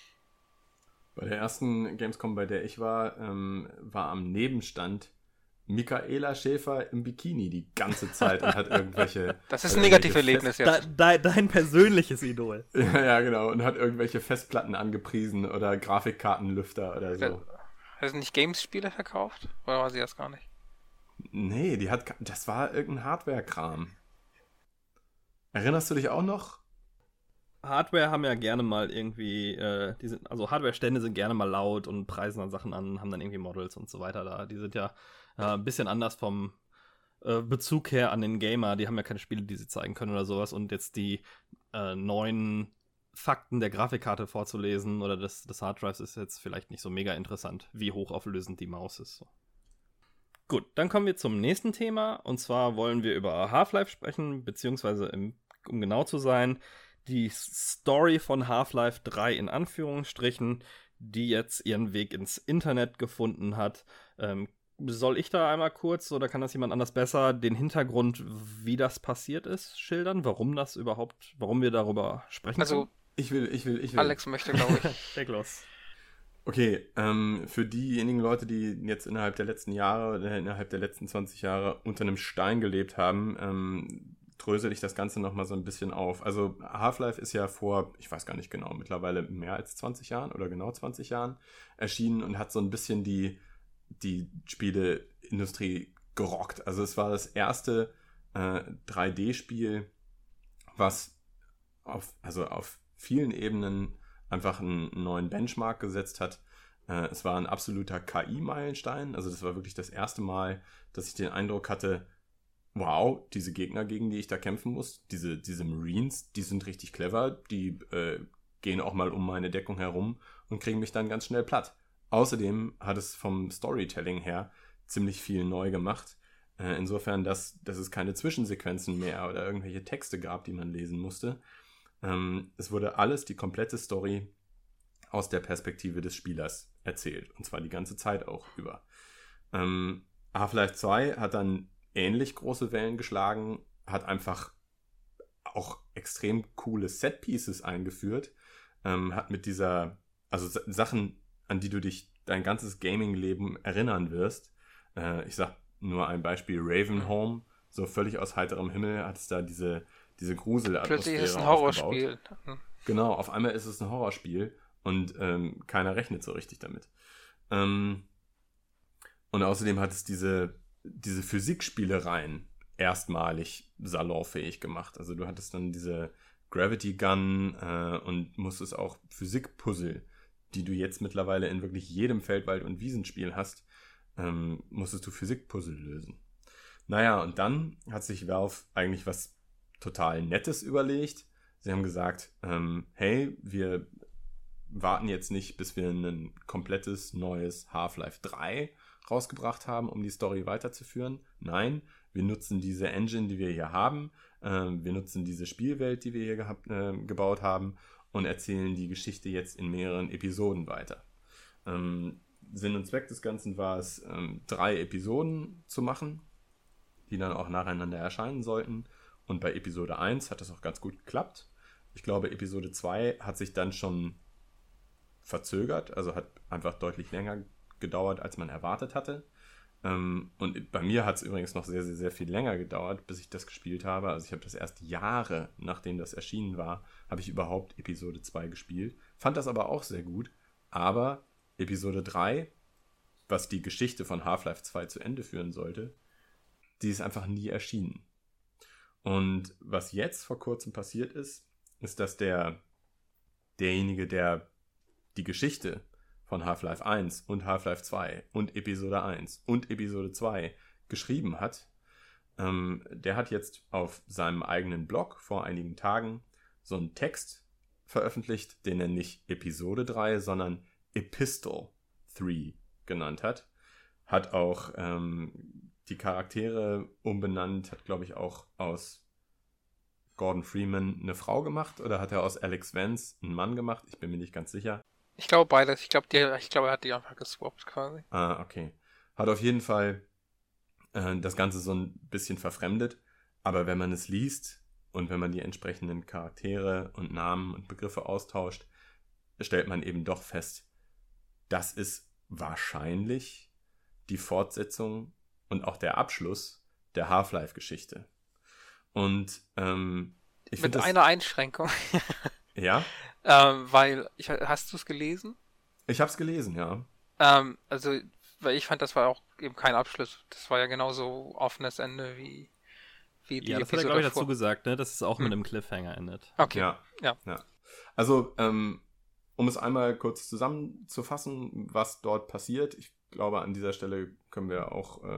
Bei der ersten Gamescom, bei der ich war am Nebenstand Michaela Schäfer im Bikini die ganze Zeit und hat irgendwelche... Das ist ein negatives Erlebnis jetzt. Dein persönliches Idol. Ja, genau. Und hat irgendwelche Festplatten angepriesen oder Grafikkartenlüfter oder so. Hat sie nicht Games-Spiele verkauft? Oder war sie das gar nicht? Nee, das war irgendein Hardware-Kram. Erinnerst du dich auch noch? Hardware haben ja gerne mal irgendwie, Hardware-Stände sind gerne mal laut und preisen dann Sachen an, haben dann irgendwie Models und so weiter da. Die sind ja ein bisschen anders vom Bezug her an den Gamer. Die haben ja keine Spiele, die sie zeigen können oder sowas. Und jetzt die neuen Fakten der Grafikkarte vorzulesen oder des Harddrives ist jetzt vielleicht nicht so mega interessant, wie hochauflösend die Maus ist. So. Gut, dann kommen wir zum nächsten Thema. Und zwar wollen wir über Half-Life sprechen, beziehungsweise, um genau zu sein, die Story von Half-Life 3 in Anführungsstrichen, die jetzt ihren Weg ins Internet gefunden hat. Soll ich da einmal kurz, oder kann das jemand anders besser, den Hintergrund, wie das passiert ist, schildern? Warum wir darüber sprechen? Also, Ich will. Alex möchte, glaube ich. Leg los. Okay, für diejenigen Leute, die jetzt innerhalb der letzten Jahre oder innerhalb der letzten 20 Jahre unter einem Stein gelebt haben, drösel ich das Ganze nochmal so ein bisschen auf. Also Half-Life ist ja vor, ich weiß gar nicht genau, mittlerweile mehr als 20 Jahren oder genau 20 Jahren erschienen und hat so ein bisschen die Spieleindustrie gerockt. Also es war das erste 3D-Spiel, was auf vielen Ebenen einfach einen neuen Benchmark gesetzt hat. Es war ein absoluter KI-Meilenstein. Also das war wirklich das erste Mal, dass ich den Eindruck hatte, wow, diese Gegner, gegen die ich da kämpfen muss, diese Marines, die sind richtig clever, die gehen auch mal um meine Deckung herum und kriegen mich dann ganz schnell platt. Außerdem hat es vom Storytelling her ziemlich viel neu gemacht. Insofern, dass es keine Zwischensequenzen mehr oder irgendwelche Texte gab, die man lesen musste. Es wurde alles, die komplette Story, aus der Perspektive des Spielers erzählt. Und zwar die ganze Zeit auch über. Half-Life 2 hat dann ähnlich große Wellen geschlagen, hat einfach auch extrem coole Set-Pieces eingeführt, hat mit also Sachen, an die du dich dein ganzes Gaming-Leben erinnern wirst. Ich sag nur ein Beispiel, Ravenholm, so völlig aus heiterem Himmel hat es da diese Gruselatmosphäre Plötzlich ist es ein Horrorspiel. Genau, auf einmal ist es ein Horrorspiel und keiner rechnet so richtig damit. Und außerdem hat es diese Physikspielereien erstmalig salonfähig gemacht. Also du hattest dann diese Gravity Gun und musstest auch Physikpuzzle, die du jetzt mittlerweile in wirklich jedem Feldwald- und Wiesenspiel hast, musstest du Physikpuzzle lösen. Naja, und dann hat sich Valve eigentlich was total Nettes überlegt. Sie haben gesagt, hey, wir warten jetzt nicht, bis wir ein komplettes neues Half-Life 3 rausgebracht haben, um die Story weiterzuführen. Nein, wir nutzen diese Engine, die wir hier haben. Wir nutzen diese Spielwelt, die wir hier gebaut haben und erzählen die Geschichte jetzt in mehreren Episoden weiter. Sinn und Zweck des Ganzen war es, 3 Episoden zu machen, die dann auch nacheinander erscheinen sollten. Und bei Episode 1 hat das auch ganz gut geklappt. Ich glaube, Episode 2 hat sich dann schon verzögert, also hat einfach deutlich länger gedauert, als man erwartet hatte. Und bei mir hat es übrigens noch sehr, sehr, sehr viel länger gedauert, bis ich das gespielt habe. Also ich habe das erst Jahre, nachdem das erschienen war, habe ich überhaupt Episode 2 gespielt. Fand das aber auch sehr gut. Aber Episode 3, was die Geschichte von Half-Life 2 zu Ende führen sollte, die ist einfach nie erschienen. Und was jetzt vor kurzem passiert ist, dass derjenige, der die Geschichte von Half-Life 1 und Half-Life 2 und Episode 1 und Episode 2 geschrieben hat, der hat jetzt auf seinem eigenen Blog vor einigen Tagen so einen Text veröffentlicht, den er nicht Episode 3, sondern Epistle 3 genannt hat. Hat auch die Charaktere umbenannt, hat, glaube ich, auch aus Gordon Freeman eine Frau gemacht oder hat er aus Alex Vance einen Mann gemacht? Ich bin mir nicht ganz sicher. Ich glaube beides. Ich glaube, er hat die einfach geswappt quasi. Ah, okay. Hat auf jeden Fall das Ganze so ein bisschen verfremdet. Aber wenn man es liest und wenn man die entsprechenden Charaktere und Namen und Begriffe austauscht, stellt man eben doch fest, das ist wahrscheinlich die Fortsetzung und auch der Abschluss der Half-Life-Geschichte. Und ich Mit finde einer Einschränkung. Ja? Weil, hast du es gelesen? Ich habe es gelesen, ja. Also, weil ich fand, das war auch eben kein Abschluss. Das war ja genauso offenes Ende wie die Ja, das hat er, Episode glaube ich, davor. dazu gesagt, ne, dass es auch mit einem Cliffhanger endet. Okay, ja. Also, um es einmal kurz zusammenzufassen, was dort passiert, ich glaube, an dieser Stelle können wir auch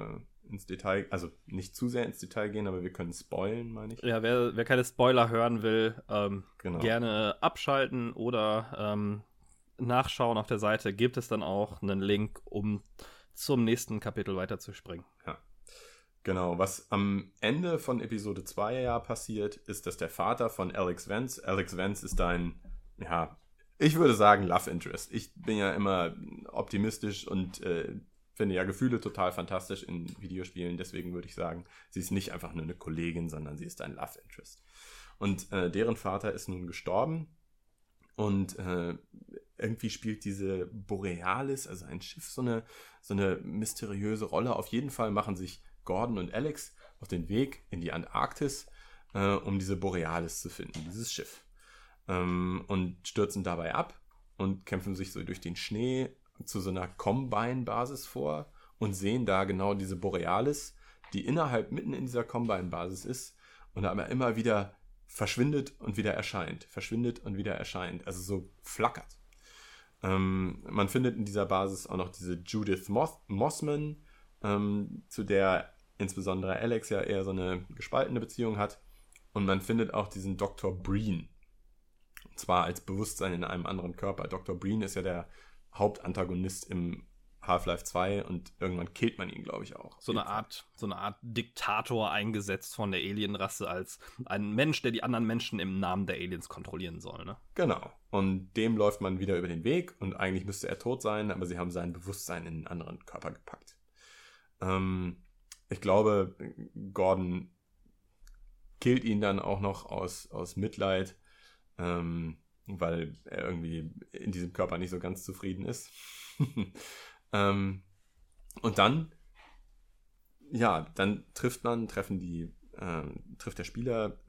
ins Detail, also nicht zu sehr ins Detail gehen, aber wir können spoilen, meine ich. Ja, wer keine Spoiler hören will, Genau. gerne abschalten oder nachschauen auf der Seite. Gibt es dann auch einen Link, um zum nächsten Kapitel weiterzuspringen. Ja. Genau, was am Ende von Episode 2 ja passiert, ist, dass der Vater von Alex Vance ist ein, ja, ich würde sagen Love Interest. Ich bin ja immer optimistisch und finde ja Gefühle total fantastisch in Videospielen. Deswegen würde ich sagen, sie ist nicht einfach nur eine Kollegin, sondern sie ist ein Love Interest. Und deren Vater ist nun gestorben und irgendwie spielt diese Borealis, also ein Schiff, so eine mysteriöse Rolle. Auf jeden Fall machen sich Gordon und Alex auf den Weg in die Antarktis, um diese Borealis zu finden, dieses Schiff. Und stürzen dabei ab und kämpfen sich so durch den Schnee zu so einer Combine-Basis vor und sehen da genau diese Borealis, die mitten in dieser Combine-Basis ist und aber immer wieder verschwindet und wieder erscheint, also so flackert. Man findet in dieser Basis auch noch diese Judith Mossman, zu der insbesondere Alex ja eher so eine gespaltene Beziehung hat, und man findet auch diesen Dr. Breen, und zwar als Bewusstsein in einem anderen Körper. Dr. Breen ist ja der Hauptantagonist im Half-Life 2 und irgendwann killt man ihn, glaube ich, auch. So eine Art Diktator eingesetzt von der Alienrasse als ein Mensch, der die anderen Menschen im Namen der Aliens kontrollieren soll, ne? Genau. Und dem läuft man wieder über den Weg und eigentlich müsste er tot sein, aber sie haben sein Bewusstsein in einen anderen Körper gepackt. Ich glaube, Gordon killt ihn dann auch noch aus Mitleid, weil er irgendwie in diesem Körper nicht so ganz zufrieden ist. Und dann trifft der Spieler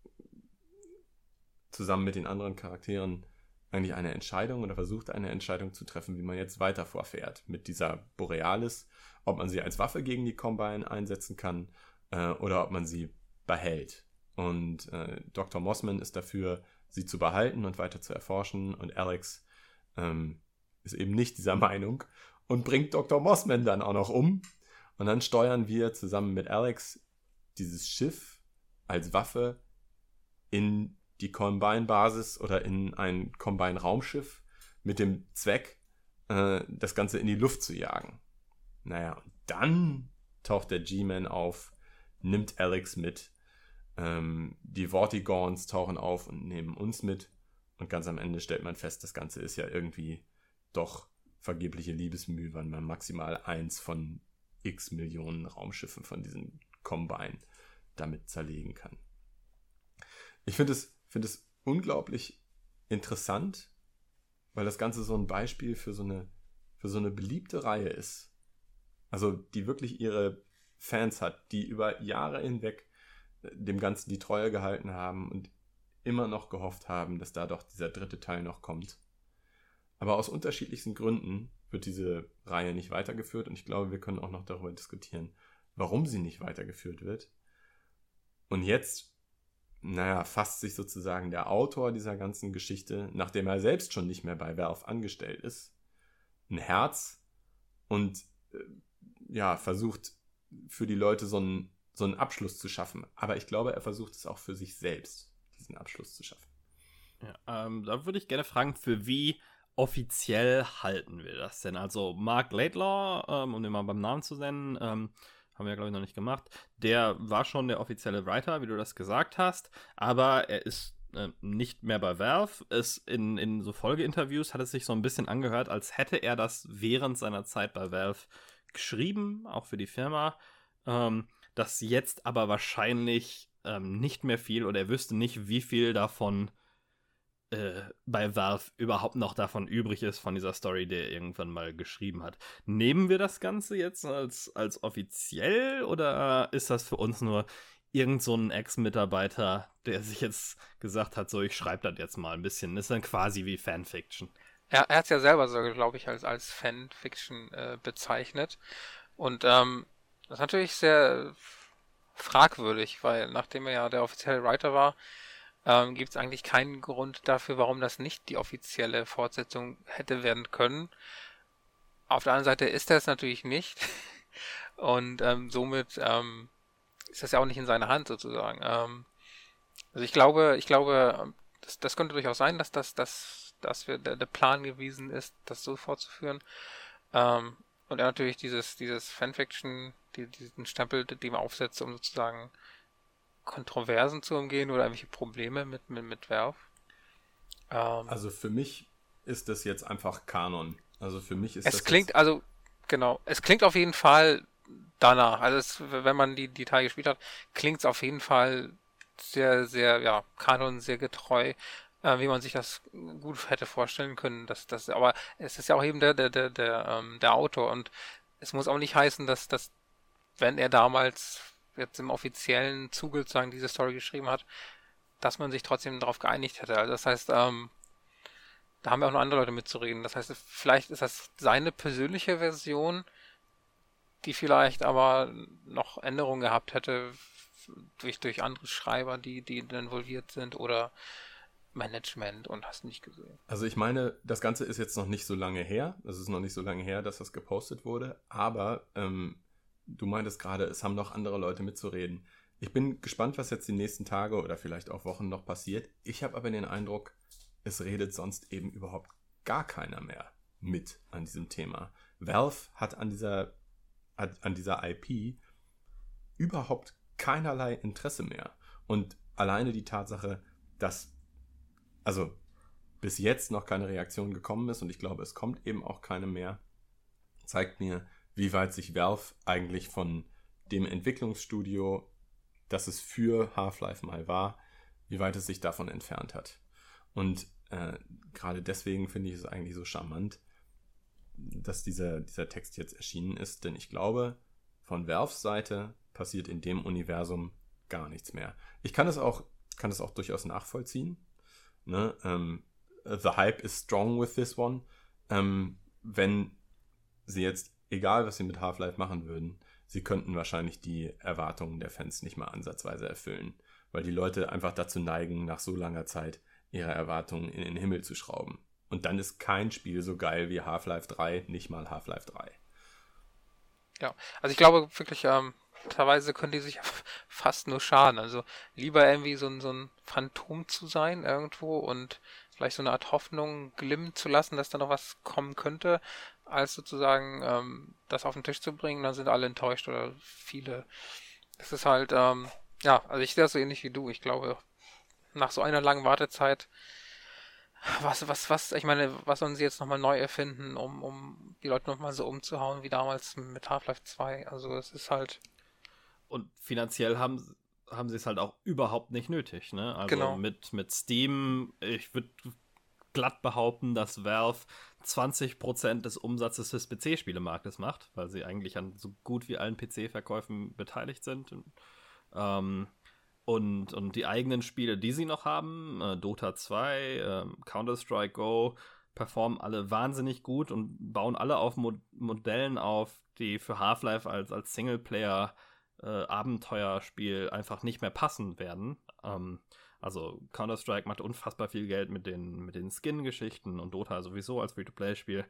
zusammen mit den anderen Charakteren eigentlich eine Entscheidung oder versucht eine Entscheidung zu treffen, wie man jetzt weiter vorfährt mit dieser Borealis, ob man sie als Waffe gegen die Combine einsetzen kann oder ob man sie behält. Und Dr. Mossman ist dafür, sie zu behalten und weiter zu erforschen, und Alex ist eben nicht dieser Meinung und bringt Dr. Mossman dann auch noch um. Und dann steuern wir zusammen mit Alex dieses Schiff als Waffe in die Combine-Basis oder in ein Combine-Raumschiff mit dem Zweck, das Ganze in die Luft zu jagen. Naja, und dann taucht der G-Man auf, nimmt Alex mit. Die Vortigons tauchen auf und nehmen uns mit. Und ganz am Ende stellt man fest, das Ganze ist ja irgendwie doch vergebliche Liebesmüh, weil man maximal 1 von x Millionen Raumschiffen von diesen Combine damit zerlegen kann. Ich finde es unglaublich interessant, weil das Ganze so ein Beispiel für so eine beliebte Reihe ist. Also die wirklich ihre Fans hat, die über Jahre hinweg dem Ganzen die Treue gehalten haben und immer noch gehofft haben, dass da doch dieser 3. Teil noch kommt. Aber aus unterschiedlichsten Gründen wird diese Reihe nicht weitergeführt, und ich glaube, wir können auch noch darüber diskutieren, warum sie nicht weitergeführt wird. Und jetzt, fasst sich sozusagen der Autor dieser ganzen Geschichte, nachdem er selbst schon nicht mehr bei Valve angestellt ist, ein Herz und versucht für die Leute so einen Abschluss zu schaffen. Aber ich glaube, er versucht es auch für sich selbst, diesen Abschluss zu schaffen. Ja, da würde ich gerne fragen, für wie offiziell halten wir das denn? Also Mark Laidlaw, um den mal beim Namen zu nennen, haben wir ja, glaube ich, noch nicht gemacht, der war schon der offizielle Writer, wie du das gesagt hast, aber er ist nicht mehr bei Valve. In so Folgeinterviews hat es sich so ein bisschen angehört, als hätte er das während seiner Zeit bei Valve geschrieben, auch für die Firma, das jetzt aber wahrscheinlich nicht mehr viel, oder er wüsste nicht, wie viel davon bei Valve überhaupt noch davon übrig ist, von dieser Story, die er irgendwann mal geschrieben hat. Nehmen wir das Ganze jetzt als offiziell, oder ist das für uns nur irgend so ein Ex-Mitarbeiter, der sich jetzt gesagt hat, so, ich schreibe das jetzt mal ein bisschen. Das ist dann quasi wie Fanfiction. Er hat es ja selber so, glaube ich, als Fanfiction bezeichnet. Und das ist natürlich sehr fragwürdig, weil nachdem er ja der offizielle Writer war, gibt es eigentlich keinen Grund dafür, warum das nicht die offizielle Fortsetzung hätte werden können. Auf der anderen Seite ist er es natürlich nicht. Und somit ist das ja auch nicht in seiner Hand sozusagen. Also ich glaube, das könnte durchaus sein, dass der Plan gewesen ist, das so fortzuführen. Und er natürlich dieses Fanfiction, diesen Stempel, den man aufsetzt, um sozusagen Kontroversen zu umgehen oder irgendwelche Probleme mit Valve. Also für mich ist das jetzt einfach Kanon. Also für mich ist Es das klingt, jetzt, also, genau, es klingt auf jeden Fall danach. Also wenn man die Teile gespielt hat, klingt es auf jeden Fall sehr, sehr, ja, Kanon sehr getreu, wie man sich das gut hätte vorstellen können. Aber es ist ja auch eben der Autor und es muss auch nicht heißen, dass wenn er damals jetzt im offiziellen Zuge sozusagen diese Story geschrieben hat, dass man sich trotzdem darauf geeinigt hätte. Also das heißt, da haben wir auch noch andere Leute mitzureden. Das heißt, vielleicht ist das seine persönliche Version, die vielleicht aber noch Änderungen gehabt hätte durch andere Schreiber, die involviert sind oder Management und hast nicht gesehen. also ich meine, das Ganze ist jetzt noch nicht so lange her. Es ist noch nicht so lange her, dass das gepostet wurde. Aber du meintest gerade, es haben noch andere Leute mitzureden. Ich bin gespannt, was jetzt die nächsten Tage oder vielleicht auch Wochen noch passiert. Ich habe aber den Eindruck, es redet sonst eben überhaupt gar keiner mehr mit an diesem Thema. Valve hat an dieser IP überhaupt keinerlei Interesse mehr. Und alleine die Tatsache, dass also bis jetzt noch keine Reaktion gekommen ist und ich glaube, es kommt eben auch keine mehr, zeigt mir, wie weit sich Valve eigentlich von dem Entwicklungsstudio, das es für Half-Life mal war, wie weit es sich davon entfernt hat. Und gerade deswegen finde ich es eigentlich so charmant, dass dieser Text jetzt erschienen ist, denn ich glaube, von Valves Seite passiert in dem Universum gar nichts mehr. Ich kann es auch durchaus nachvollziehen. Ne? The hype is strong with this one. Wenn sie jetzt, egal was sie mit Half-Life machen würden, sie könnten wahrscheinlich die Erwartungen der Fans nicht mal ansatzweise erfüllen, weil die Leute einfach dazu neigen, nach so langer Zeit ihre Erwartungen in den Himmel zu schrauben. Und dann ist kein Spiel so geil wie Half-Life 3, nicht mal Half-Life 3. Ja, also ich glaube wirklich, teilweise können die sich fast nur schaden. Also lieber irgendwie so ein Phantom zu sein irgendwo und vielleicht so eine Art Hoffnung glimmen zu lassen, dass da noch was kommen könnte, als sozusagen das auf den Tisch zu bringen, dann sind alle enttäuscht oder viele. Es ist halt, ja, also ich sehe das so ähnlich wie du. Ich glaube, nach so einer langen Wartezeit, ich meine, was sollen sie jetzt nochmal neu erfinden, um die Leute nochmal so umzuhauen wie damals mit Half-Life 2? Also es ist halt. Und finanziell haben sie es halt auch überhaupt nicht nötig, ne? Also Genau. mit Steam, ich würde glatt behaupten, dass Valve 20% des Umsatzes des PC-Spielemarktes macht, weil sie eigentlich an so gut wie allen PC-Verkäufen beteiligt sind. Und die eigenen Spiele, die sie noch haben, Dota 2, Counter-Strike Go, performen alle wahnsinnig gut und bauen alle auf Modellen auf, die für Half-Life als Singleplayer Abenteuerspiel einfach nicht mehr passen werden. Also Counter-Strike macht unfassbar viel Geld mit den Skin-Geschichten und Dota sowieso als Free-to-Play-Spiel.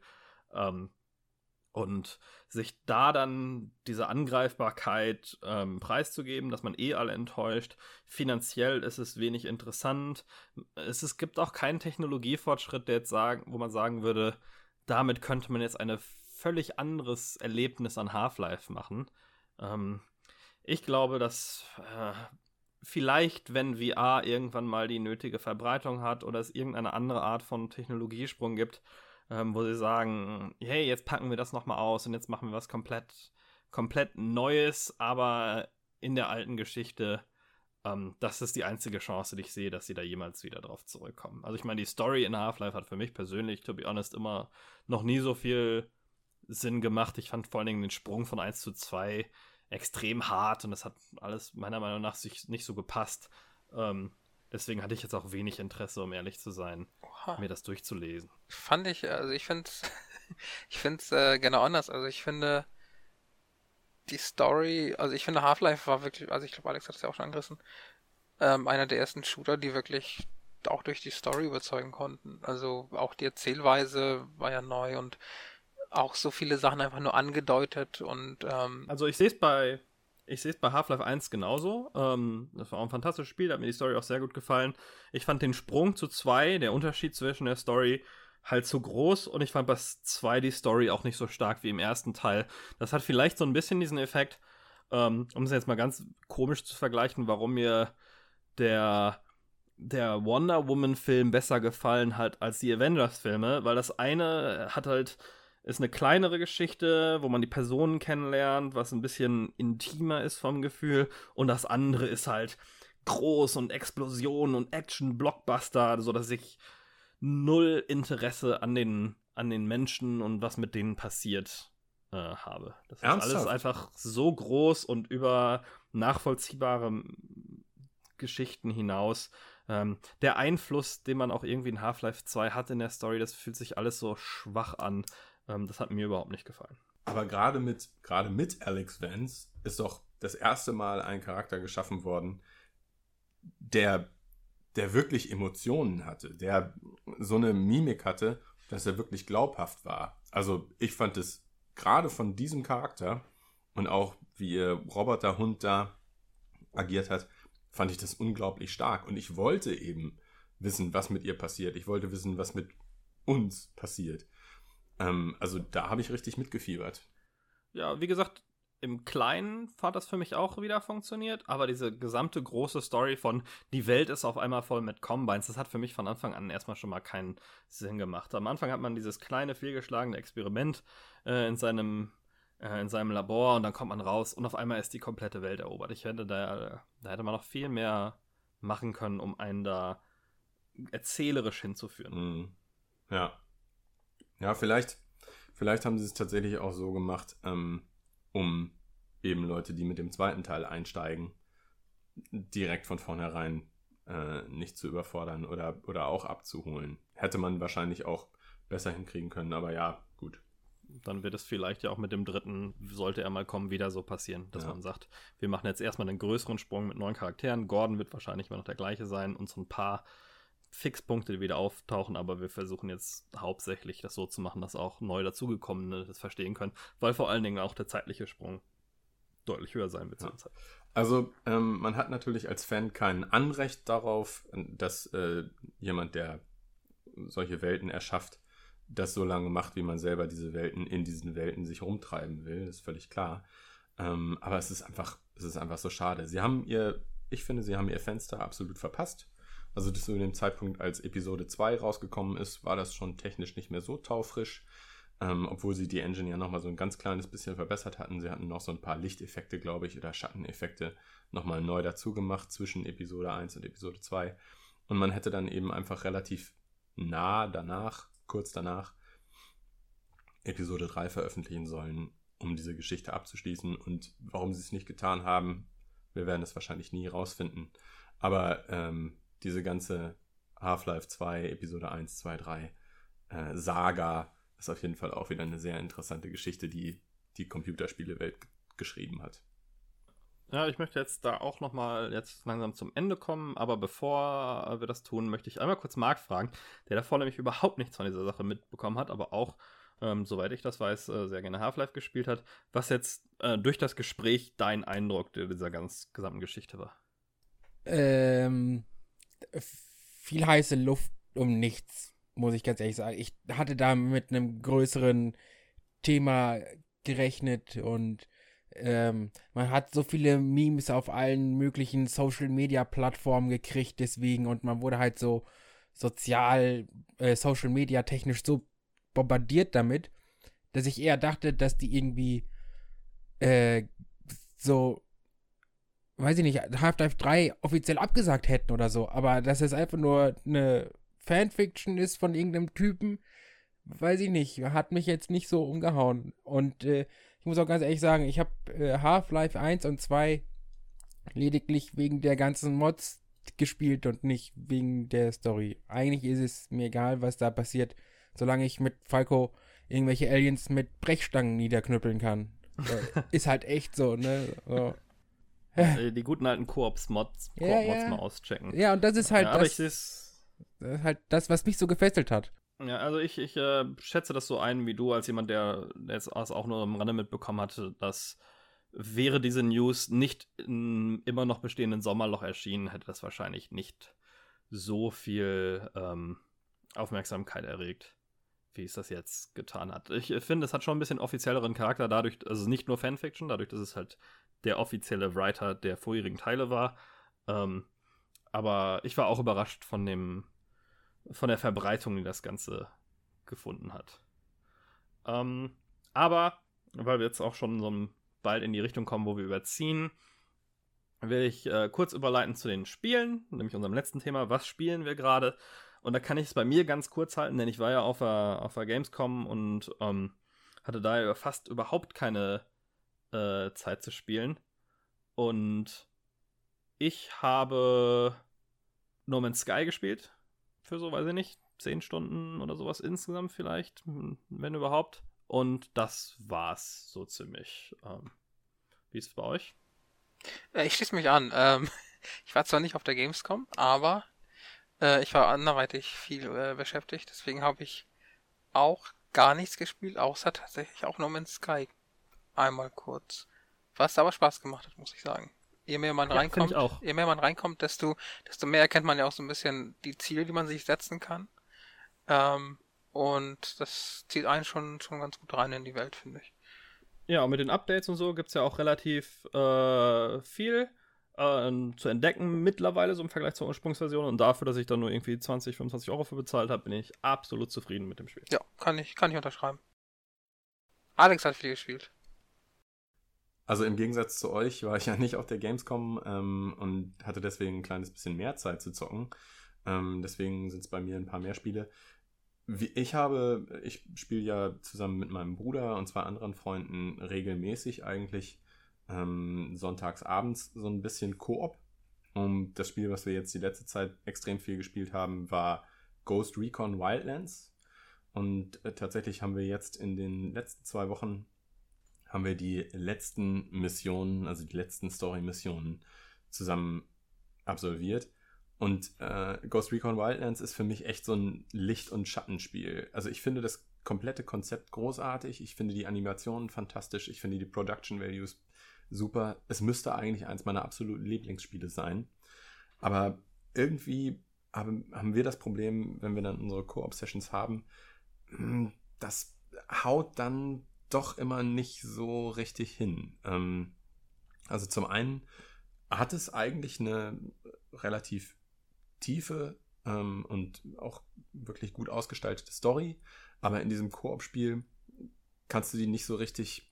Und sich da dann diese Angreifbarkeit preiszugeben, dass man alle enttäuscht. Finanziell ist es wenig interessant. Es gibt auch keinen Technologiefortschritt, der jetzt wo man sagen würde, damit könnte man jetzt ein völlig anderes Erlebnis an Half-Life machen. Ich glaube, dass vielleicht, wenn VR irgendwann mal die nötige Verbreitung hat oder es irgendeine andere Art von Technologiesprung gibt, wo sie sagen, hey, jetzt packen wir das nochmal aus und jetzt machen wir was komplett Neues, aber in der alten Geschichte, das ist die einzige Chance, die ich sehe, dass sie da jemals wieder drauf zurückkommen. Also ich meine, die Story in Half-Life hat für mich persönlich, to be honest, immer noch nie so viel Sinn gemacht. Ich fand vor allen Dingen den Sprung von 1 zu 2 extrem hart und das hat alles meiner Meinung nach sich nicht so gepasst. Deswegen hatte ich jetzt auch wenig Interesse, um ehrlich zu sein, mir das durchzulesen. Ich finde es genau anders. Also ich finde die Story, also ich finde Half-Life war wirklich, also ich glaube, Alex hat es ja auch schon angerissen, einer der ersten Shooter, die wirklich auch durch die Story überzeugen konnten. Also auch die Erzählweise war ja neu und auch so viele Sachen einfach nur angedeutet und Also ich sehe es bei Half-Life 1 genauso. Das war auch ein fantastisches Spiel, da hat mir die Story auch sehr gut gefallen. Ich fand den Sprung zu 2, der Unterschied zwischen der Story, halt zu groß, und ich fand bei 2 die Story auch nicht so stark wie im ersten Teil. Das hat vielleicht so ein bisschen diesen Effekt, um es jetzt mal ganz komisch zu vergleichen, warum mir der Wonder Woman-Film besser gefallen hat als die Avengers-Filme, weil das eine ist eine kleinere Geschichte, wo man die Personen kennenlernt, was ein bisschen intimer ist vom Gefühl, und das andere ist halt groß und Explosionen und Action-Blockbuster, sodass ich null Interesse an den Menschen und was mit denen passiert habe. Das ist Ernsthaft? alles einfach so groß und über nachvollziehbare Geschichten hinaus. Der Einfluss, den man auch irgendwie in Half-Life 2 hat in der Story, das fühlt sich alles so schwach an. Das hat mir überhaupt nicht gefallen. Aber gerade mit Alex Vance ist doch das erste Mal ein Charakter geschaffen worden, der wirklich Emotionen hatte, der so eine Mimik hatte, dass er wirklich glaubhaft war. Also ich fand es gerade von diesem Charakter und auch wie ihr Roboterhund da agiert hat, fand ich das unglaublich stark. Und ich wollte eben wissen, was mit ihr passiert. Ich wollte wissen, was mit uns passiert. Also da habe ich richtig mitgefiebert. Ja, wie gesagt, im Kleinen hat das für mich auch wieder funktioniert, aber diese gesamte große Story von die Welt ist auf einmal voll mit Combines, das hat für mich von Anfang an erstmal schon mal keinen Sinn gemacht. Am Anfang hat man dieses kleine, fehlgeschlagene Experiment in seinem Labor, und dann kommt man raus und auf einmal ist die komplette Welt erobert. Ich finde, da hätte man noch viel mehr machen können, um einen da erzählerisch hinzuführen. Mhm. Ja. Ja, vielleicht haben sie es tatsächlich auch so gemacht, um eben Leute, die mit dem zweiten Teil einsteigen, direkt von vornherein nicht zu überfordern oder auch abzuholen. Hätte man wahrscheinlich auch besser hinkriegen können, aber ja, gut. Dann wird es vielleicht ja auch mit dem dritten, sollte er mal kommen, wieder so passieren, dass man sagt, wir machen jetzt erstmal einen größeren Sprung mit neuen Charakteren. Gordon wird wahrscheinlich immer noch der gleiche sein und so ein paar Fixpunkte, die wieder auftauchen, aber wir versuchen jetzt hauptsächlich das so zu machen, dass auch neu dazugekommene das verstehen können, weil vor allen Dingen auch der zeitliche Sprung deutlich höher sein wird. Ja. Also man hat natürlich als Fan kein Anrecht darauf, dass jemand, der solche Welten erschafft, das so lange macht, wie man selber in diesen Welten sich rumtreiben will. Das ist völlig klar. Aber es ist einfach so schade. Ich finde, sie haben ihr Fenster absolut verpasst. Also zu dem Zeitpunkt, als Episode 2 rausgekommen ist, war das schon technisch nicht mehr so taufrisch. Obwohl sie die Engine ja nochmal so ein ganz kleines bisschen verbessert hatten. Sie hatten noch so ein paar Lichteffekte, glaube ich, oder Schatteneffekte nochmal neu dazu gemacht zwischen Episode 1 und Episode 2. Und man hätte dann eben einfach relativ kurz danach, Episode 3 veröffentlichen sollen, um diese Geschichte abzuschließen. Und warum sie es nicht getan haben, wir werden es wahrscheinlich nie rausfinden. Aber diese ganze Half-Life 2, Episode 1, 2, 3 Saga ist auf jeden Fall auch wieder eine sehr interessante Geschichte, die die Computerspielewelt geschrieben hat. Ja, ich möchte jetzt da auch nochmal jetzt langsam zum Ende kommen, aber bevor wir das tun, möchte ich einmal kurz Marc fragen, der davor nämlich überhaupt nichts von dieser Sache mitbekommen hat, aber auch, soweit ich das weiß, sehr gerne Half-Life gespielt hat, was jetzt durch das Gespräch dein Eindruck dieser gesamten Geschichte war. Viel heiße Luft um nichts, muss ich ganz ehrlich sagen. Ich hatte da mit einem größeren Thema gerechnet und man hat so viele Memes auf allen möglichen Social-Media-Plattformen gekriegt deswegen und man wurde halt so Social-Media technisch so bombardiert damit, dass ich eher dachte, dass die irgendwie so, weiß ich nicht, Half-Life 3 offiziell abgesagt hätten oder so, aber dass es einfach nur eine Fanfiction ist von irgendeinem Typen, weiß ich nicht, hat mich jetzt nicht so umgehauen. Und ich muss auch ganz ehrlich sagen, ich habe Half-Life 1 und 2 lediglich wegen der ganzen Mods gespielt und nicht wegen der Story. Eigentlich ist es mir egal, was da passiert, solange ich mit Falco irgendwelche Aliens mit Brechstangen niederknüppeln kann. Ist halt echt so, ne? So. Die guten alten Koop-Mods mal auschecken. Ja, und das ist halt ja, das ist halt das, was mich so gefesselt hat. Ja, also ich schätze das so ein wie du, als jemand, der jetzt auch nur am Rande mitbekommen hatte, dass wäre diese News nicht im immer noch bestehenden Sommerloch erschienen, hätte das wahrscheinlich nicht so viel Aufmerksamkeit erregt, wie es das jetzt getan hat. Ich finde, es hat schon ein bisschen offizielleren Charakter dadurch, also nicht nur Fanfiction, dadurch, dass es halt der offizielle Writer der vorherigen Teile war. Aber ich war auch überrascht von der Verbreitung, die das Ganze gefunden hat. Aber, weil wir jetzt auch schon so bald in die Richtung kommen, wo wir überziehen, will ich kurz überleiten zu den Spielen, nämlich unserem letzten Thema. Was spielen wir gerade? Und da kann ich es bei mir ganz kurz halten, denn ich war ja auf der Gamescom und hatte daher fast überhaupt keine Zeit zu spielen. Und ich habe No Man's Sky gespielt. Für so, weiß ich nicht, 10 Stunden oder sowas insgesamt vielleicht, wenn überhaupt. Und das war's so ziemlich. Wie ist es bei euch? Ich schließe mich an. Ich war zwar nicht auf der Gamescom, aber ich war anderweitig viel beschäftigt. Deswegen habe ich auch gar nichts gespielt, außer tatsächlich auch No Man's Sky. Einmal kurz. Was aber Spaß gemacht hat, muss ich sagen. Je mehr man reinkommt, ich auch. desto mehr erkennt man ja auch so ein bisschen die Ziele, die man sich setzen kann. Und das zieht einen schon ganz gut rein in die Welt, finde ich. Ja, und mit den Updates und so gibt es ja auch relativ viel zu entdecken mittlerweile, so im Vergleich zur Ursprungsversion. Und dafür, dass ich dann nur irgendwie 20, 25 Euro für bezahlt habe, bin ich absolut zufrieden mit dem Spiel. Ja, kann ich unterschreiben. Alex hat viel gespielt. Also im Gegensatz zu euch war ich ja nicht auf der Gamescom und hatte deswegen ein kleines bisschen mehr Zeit zu zocken. Deswegen sind es bei mir ein paar mehr Spiele. Ich spiele ja zusammen mit meinem Bruder und 2 anderen Freunden regelmäßig eigentlich sonntags abends so ein bisschen Koop. Und das Spiel, was wir jetzt die letzte Zeit extrem viel gespielt haben, war Ghost Recon Wildlands. Und tatsächlich haben wir jetzt in den letzten 2 Wochen haben wir die letzten Missionen, also die letzten Story-Missionen zusammen absolviert. Und Ghost Recon Wildlands ist für mich echt so ein Licht- und Schattenspiel. Also ich finde das komplette Konzept großartig. Ich finde die Animationen fantastisch. Ich finde die Production Values super. Es müsste eigentlich eins meiner absoluten Lieblingsspiele sein. Aber irgendwie haben wir das Problem, wenn wir dann unsere Co-op-Sessions haben, das haut dann doch immer nicht so richtig hin. Also zum einen hat es eigentlich eine relativ tiefe und auch wirklich gut ausgestaltete Story, aber in diesem Koop-Spiel kannst du die nicht so richtig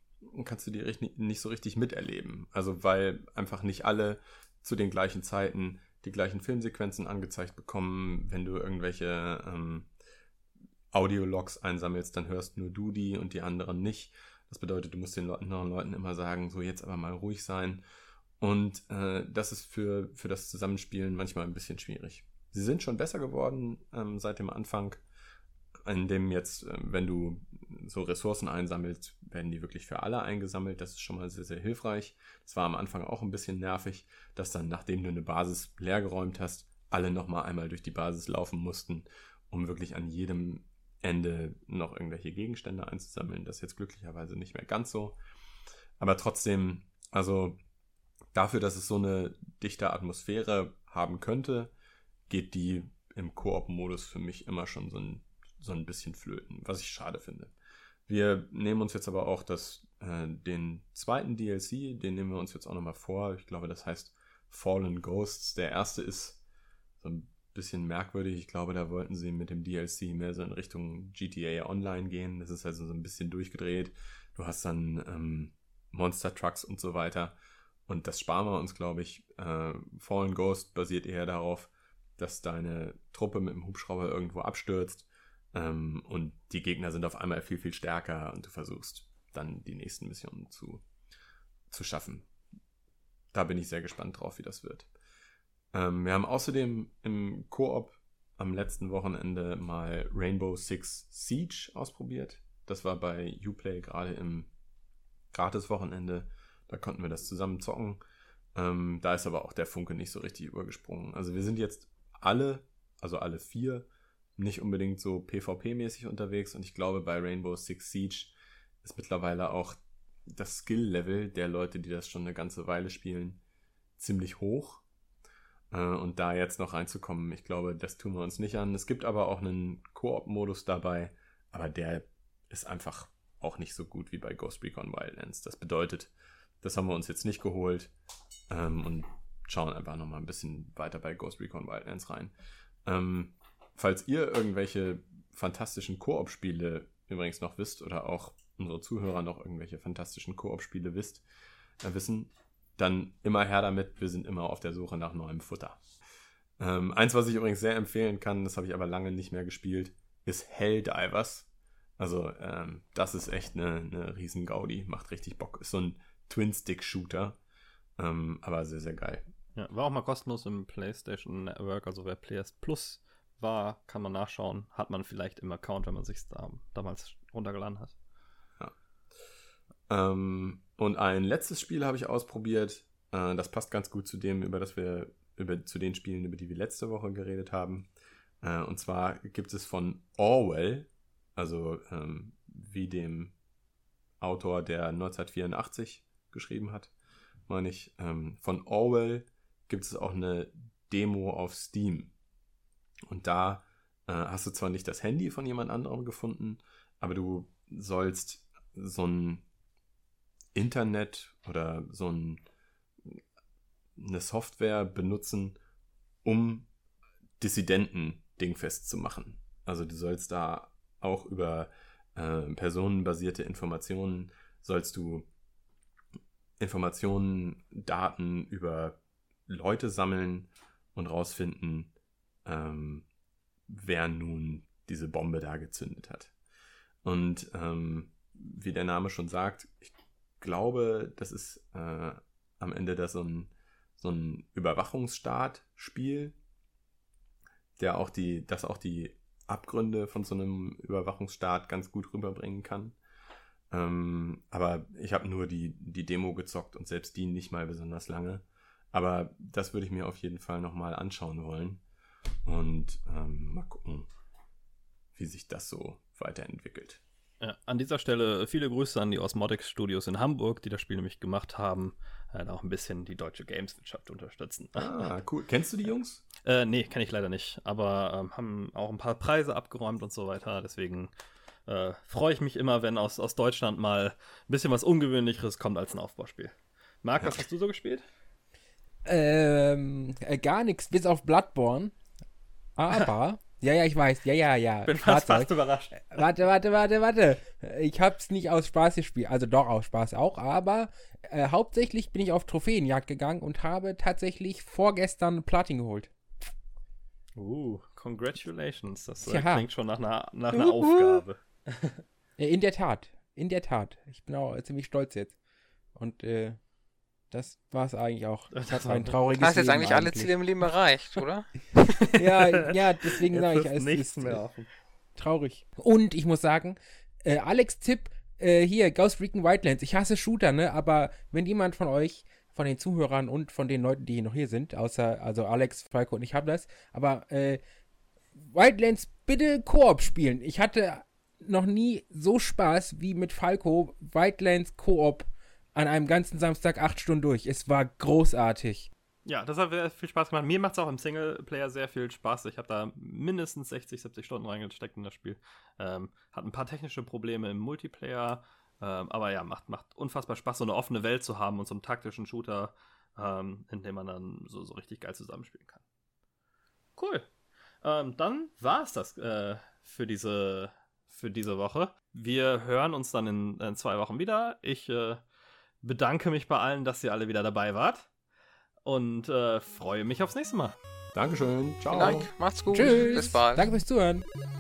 miterleben. Also weil einfach nicht alle zu den gleichen Zeiten die gleichen Filmsequenzen angezeigt bekommen. Wenn du irgendwelche Audiologs einsammelst, dann hörst nur du die und die anderen nicht. Das bedeutet, du musst den anderen Leuten immer sagen, so jetzt aber mal ruhig sein. Und das ist für das Zusammenspielen manchmal ein bisschen schwierig. Sie sind schon besser geworden seit dem Anfang, in dem jetzt, wenn du so Ressourcen einsammelst, werden die wirklich für alle eingesammelt. Das ist schon mal sehr, sehr hilfreich. Das war am Anfang auch ein bisschen nervig, dass dann, nachdem du eine Basis leergeräumt hast, alle nochmal einmal durch die Basis laufen mussten, um wirklich an jedem Ende noch irgendwelche Gegenstände einzusammeln. Das ist jetzt glücklicherweise nicht mehr ganz so. Aber trotzdem, also dafür, dass es so eine dichte Atmosphäre haben könnte, geht die im Koop-Modus für mich immer schon so ein bisschen flöten, was ich schade finde. Wir nehmen uns jetzt aber auch den zweiten DLC, den nehmen wir uns jetzt auch nochmal vor. Ich glaube, das heißt Fallen Ghosts. Der erste ist so ein bisschen merkwürdig. Ich glaube, da wollten sie mit dem DLC mehr so in Richtung GTA Online gehen. Das ist also so ein bisschen durchgedreht. Du hast dann Monster Trucks und so weiter. Und das sparen wir uns, glaube ich. Fallen Ghost basiert eher darauf, dass deine Truppe mit dem Hubschrauber irgendwo abstürzt und die Gegner sind auf einmal viel, viel stärker und du versuchst dann die nächsten Missionen zu schaffen. Da bin ich sehr gespannt drauf, wie das wird. Wir haben außerdem im Koop am letzten Wochenende mal Rainbow Six Siege ausprobiert. Das war bei Uplay gerade im Gratis-Wochenende. Da konnten wir das zusammen zocken. Da ist aber auch der Funke nicht so richtig übergesprungen. Also wir sind jetzt alle 4 nicht unbedingt so PvP-mäßig unterwegs und ich glaube, bei Rainbow Six Siege ist mittlerweile auch das Skill-Level der Leute, die das schon eine ganze Weile spielen, ziemlich hoch. Und da jetzt noch reinzukommen, ich glaube, das tun wir uns nicht an. Es gibt aber auch einen Koop-Modus dabei, aber der ist einfach auch nicht so gut wie bei Ghost Recon Wildlands. Das bedeutet, das haben wir uns jetzt nicht geholt und schauen einfach nochmal ein bisschen weiter bei Ghost Recon Wildlands rein. Falls ihr irgendwelche fantastischen Koop-Spiele übrigens noch wisst oder auch unsere Zuhörer noch irgendwelche fantastischen Koop-Spiele wissen, dann immer her damit. Wir sind immer auf der Suche nach neuem Futter. Eins, was ich übrigens sehr empfehlen kann, das habe ich aber lange nicht mehr gespielt, ist Helldivers. Also das ist echt eine riesen Gaudi. Macht richtig Bock. Ist so ein Twin-Stick-Shooter. Aber sehr, sehr geil. Ja, war auch mal kostenlos im PlayStation Network. Also wer PS Plus war, kann man nachschauen. Hat man vielleicht im Account, wenn man sich damals runtergeladen hat. Ja. Und ein letztes Spiel habe ich ausprobiert. Das passt ganz gut zu dem, zu den Spielen, über die wir letzte Woche geredet haben. Und zwar gibt es von Orwell, also wie dem Autor, der 1984 geschrieben hat, meine ich, von Orwell gibt es auch eine Demo auf Steam. Und da hast du zwar nicht das Handy von jemand anderem gefunden, aber du sollst so ein Internet oder so eine Software benutzen, um Dissidenten dingfest zu machen. Also du sollst da auch über personenbasierte Informationen, sollst du Informationen, Daten über Leute sammeln und rausfinden, wer nun diese Bombe da gezündet hat. Und wie der Name schon sagt, ich glaube, das ist am Ende so ein Überwachungsstaat-Spiel, das auch die Abgründe von so einem Überwachungsstaat ganz gut rüberbringen kann. Aber ich habe nur die Demo gezockt und selbst die nicht mal besonders lange. Aber das würde ich mir auf jeden Fall nochmal anschauen wollen. Und mal gucken, wie sich das so weiterentwickelt. Ja, an dieser Stelle viele Grüße an die Osmotics Studios in Hamburg, die das Spiel nämlich gemacht haben, auch ein bisschen die deutsche Gameswirtschaft unterstützen. Ah, cool. Kennst du die Jungs? Nee, kenne ich leider nicht, aber haben auch ein paar Preise abgeräumt und so weiter, deswegen freue ich mich immer, wenn aus Deutschland mal ein bisschen was Ungewöhnlicheres kommt als ein Aufbauspiel. Marc, was hast du so gespielt? Gar nichts, bis auf Bloodborne. Aber, ja, ich weiß, ja. Bin fast überrascht. Warte. Ich hab's nicht aus Spaß gespielt, also doch aus Spaß auch, aber hauptsächlich bin ich auf Trophäenjagd gegangen und habe tatsächlich vorgestern Platin geholt. Congratulations. Das klingt schon nach einer Aufgabe. In der Tat. Ich bin auch ziemlich stolz jetzt. Und das war's eigentlich auch. Ich hatte ein trauriges Leben. Hast jetzt eigentlich alle Ziele im Leben erreicht, oder? ja, deswegen sage ich, es nichts ist mehr offen. Traurig. Und ich muss sagen, Alex Tipp, hier, Ghost Recon Wildlands. Ich hasse Shooter, ne? Aber wenn jemand von euch, von den Zuhörern und von den Leuten, die noch hier sind, also Alex, Falco und ich haben das, aber Wildlands bitte Koop spielen. Ich hatte noch nie so Spaß wie mit Falco Wildlands Koop an einem ganzen Samstag 8 Stunden durch. Es war großartig. Ja, das hat sehr viel Spaß gemacht. Mir macht es auch im Singleplayer sehr viel Spaß. Ich habe da mindestens 60, 70 Stunden reingesteckt in das Spiel. Hat ein paar technische Probleme im Multiplayer, aber ja, macht unfassbar Spaß, so eine offene Welt zu haben und so einen taktischen Shooter, in dem man dann so richtig geil zusammenspielen kann. Cool. Dann war es das für diese Woche. Wir hören uns dann in 2 Wochen wieder. Ich bedanke mich bei allen, dass ihr alle wieder dabei wart und freue mich aufs nächste Mal. Dankeschön. Ciao. Vielen Dank. Macht's gut. Tschüss. Bis bald. Danke fürs Zuhören.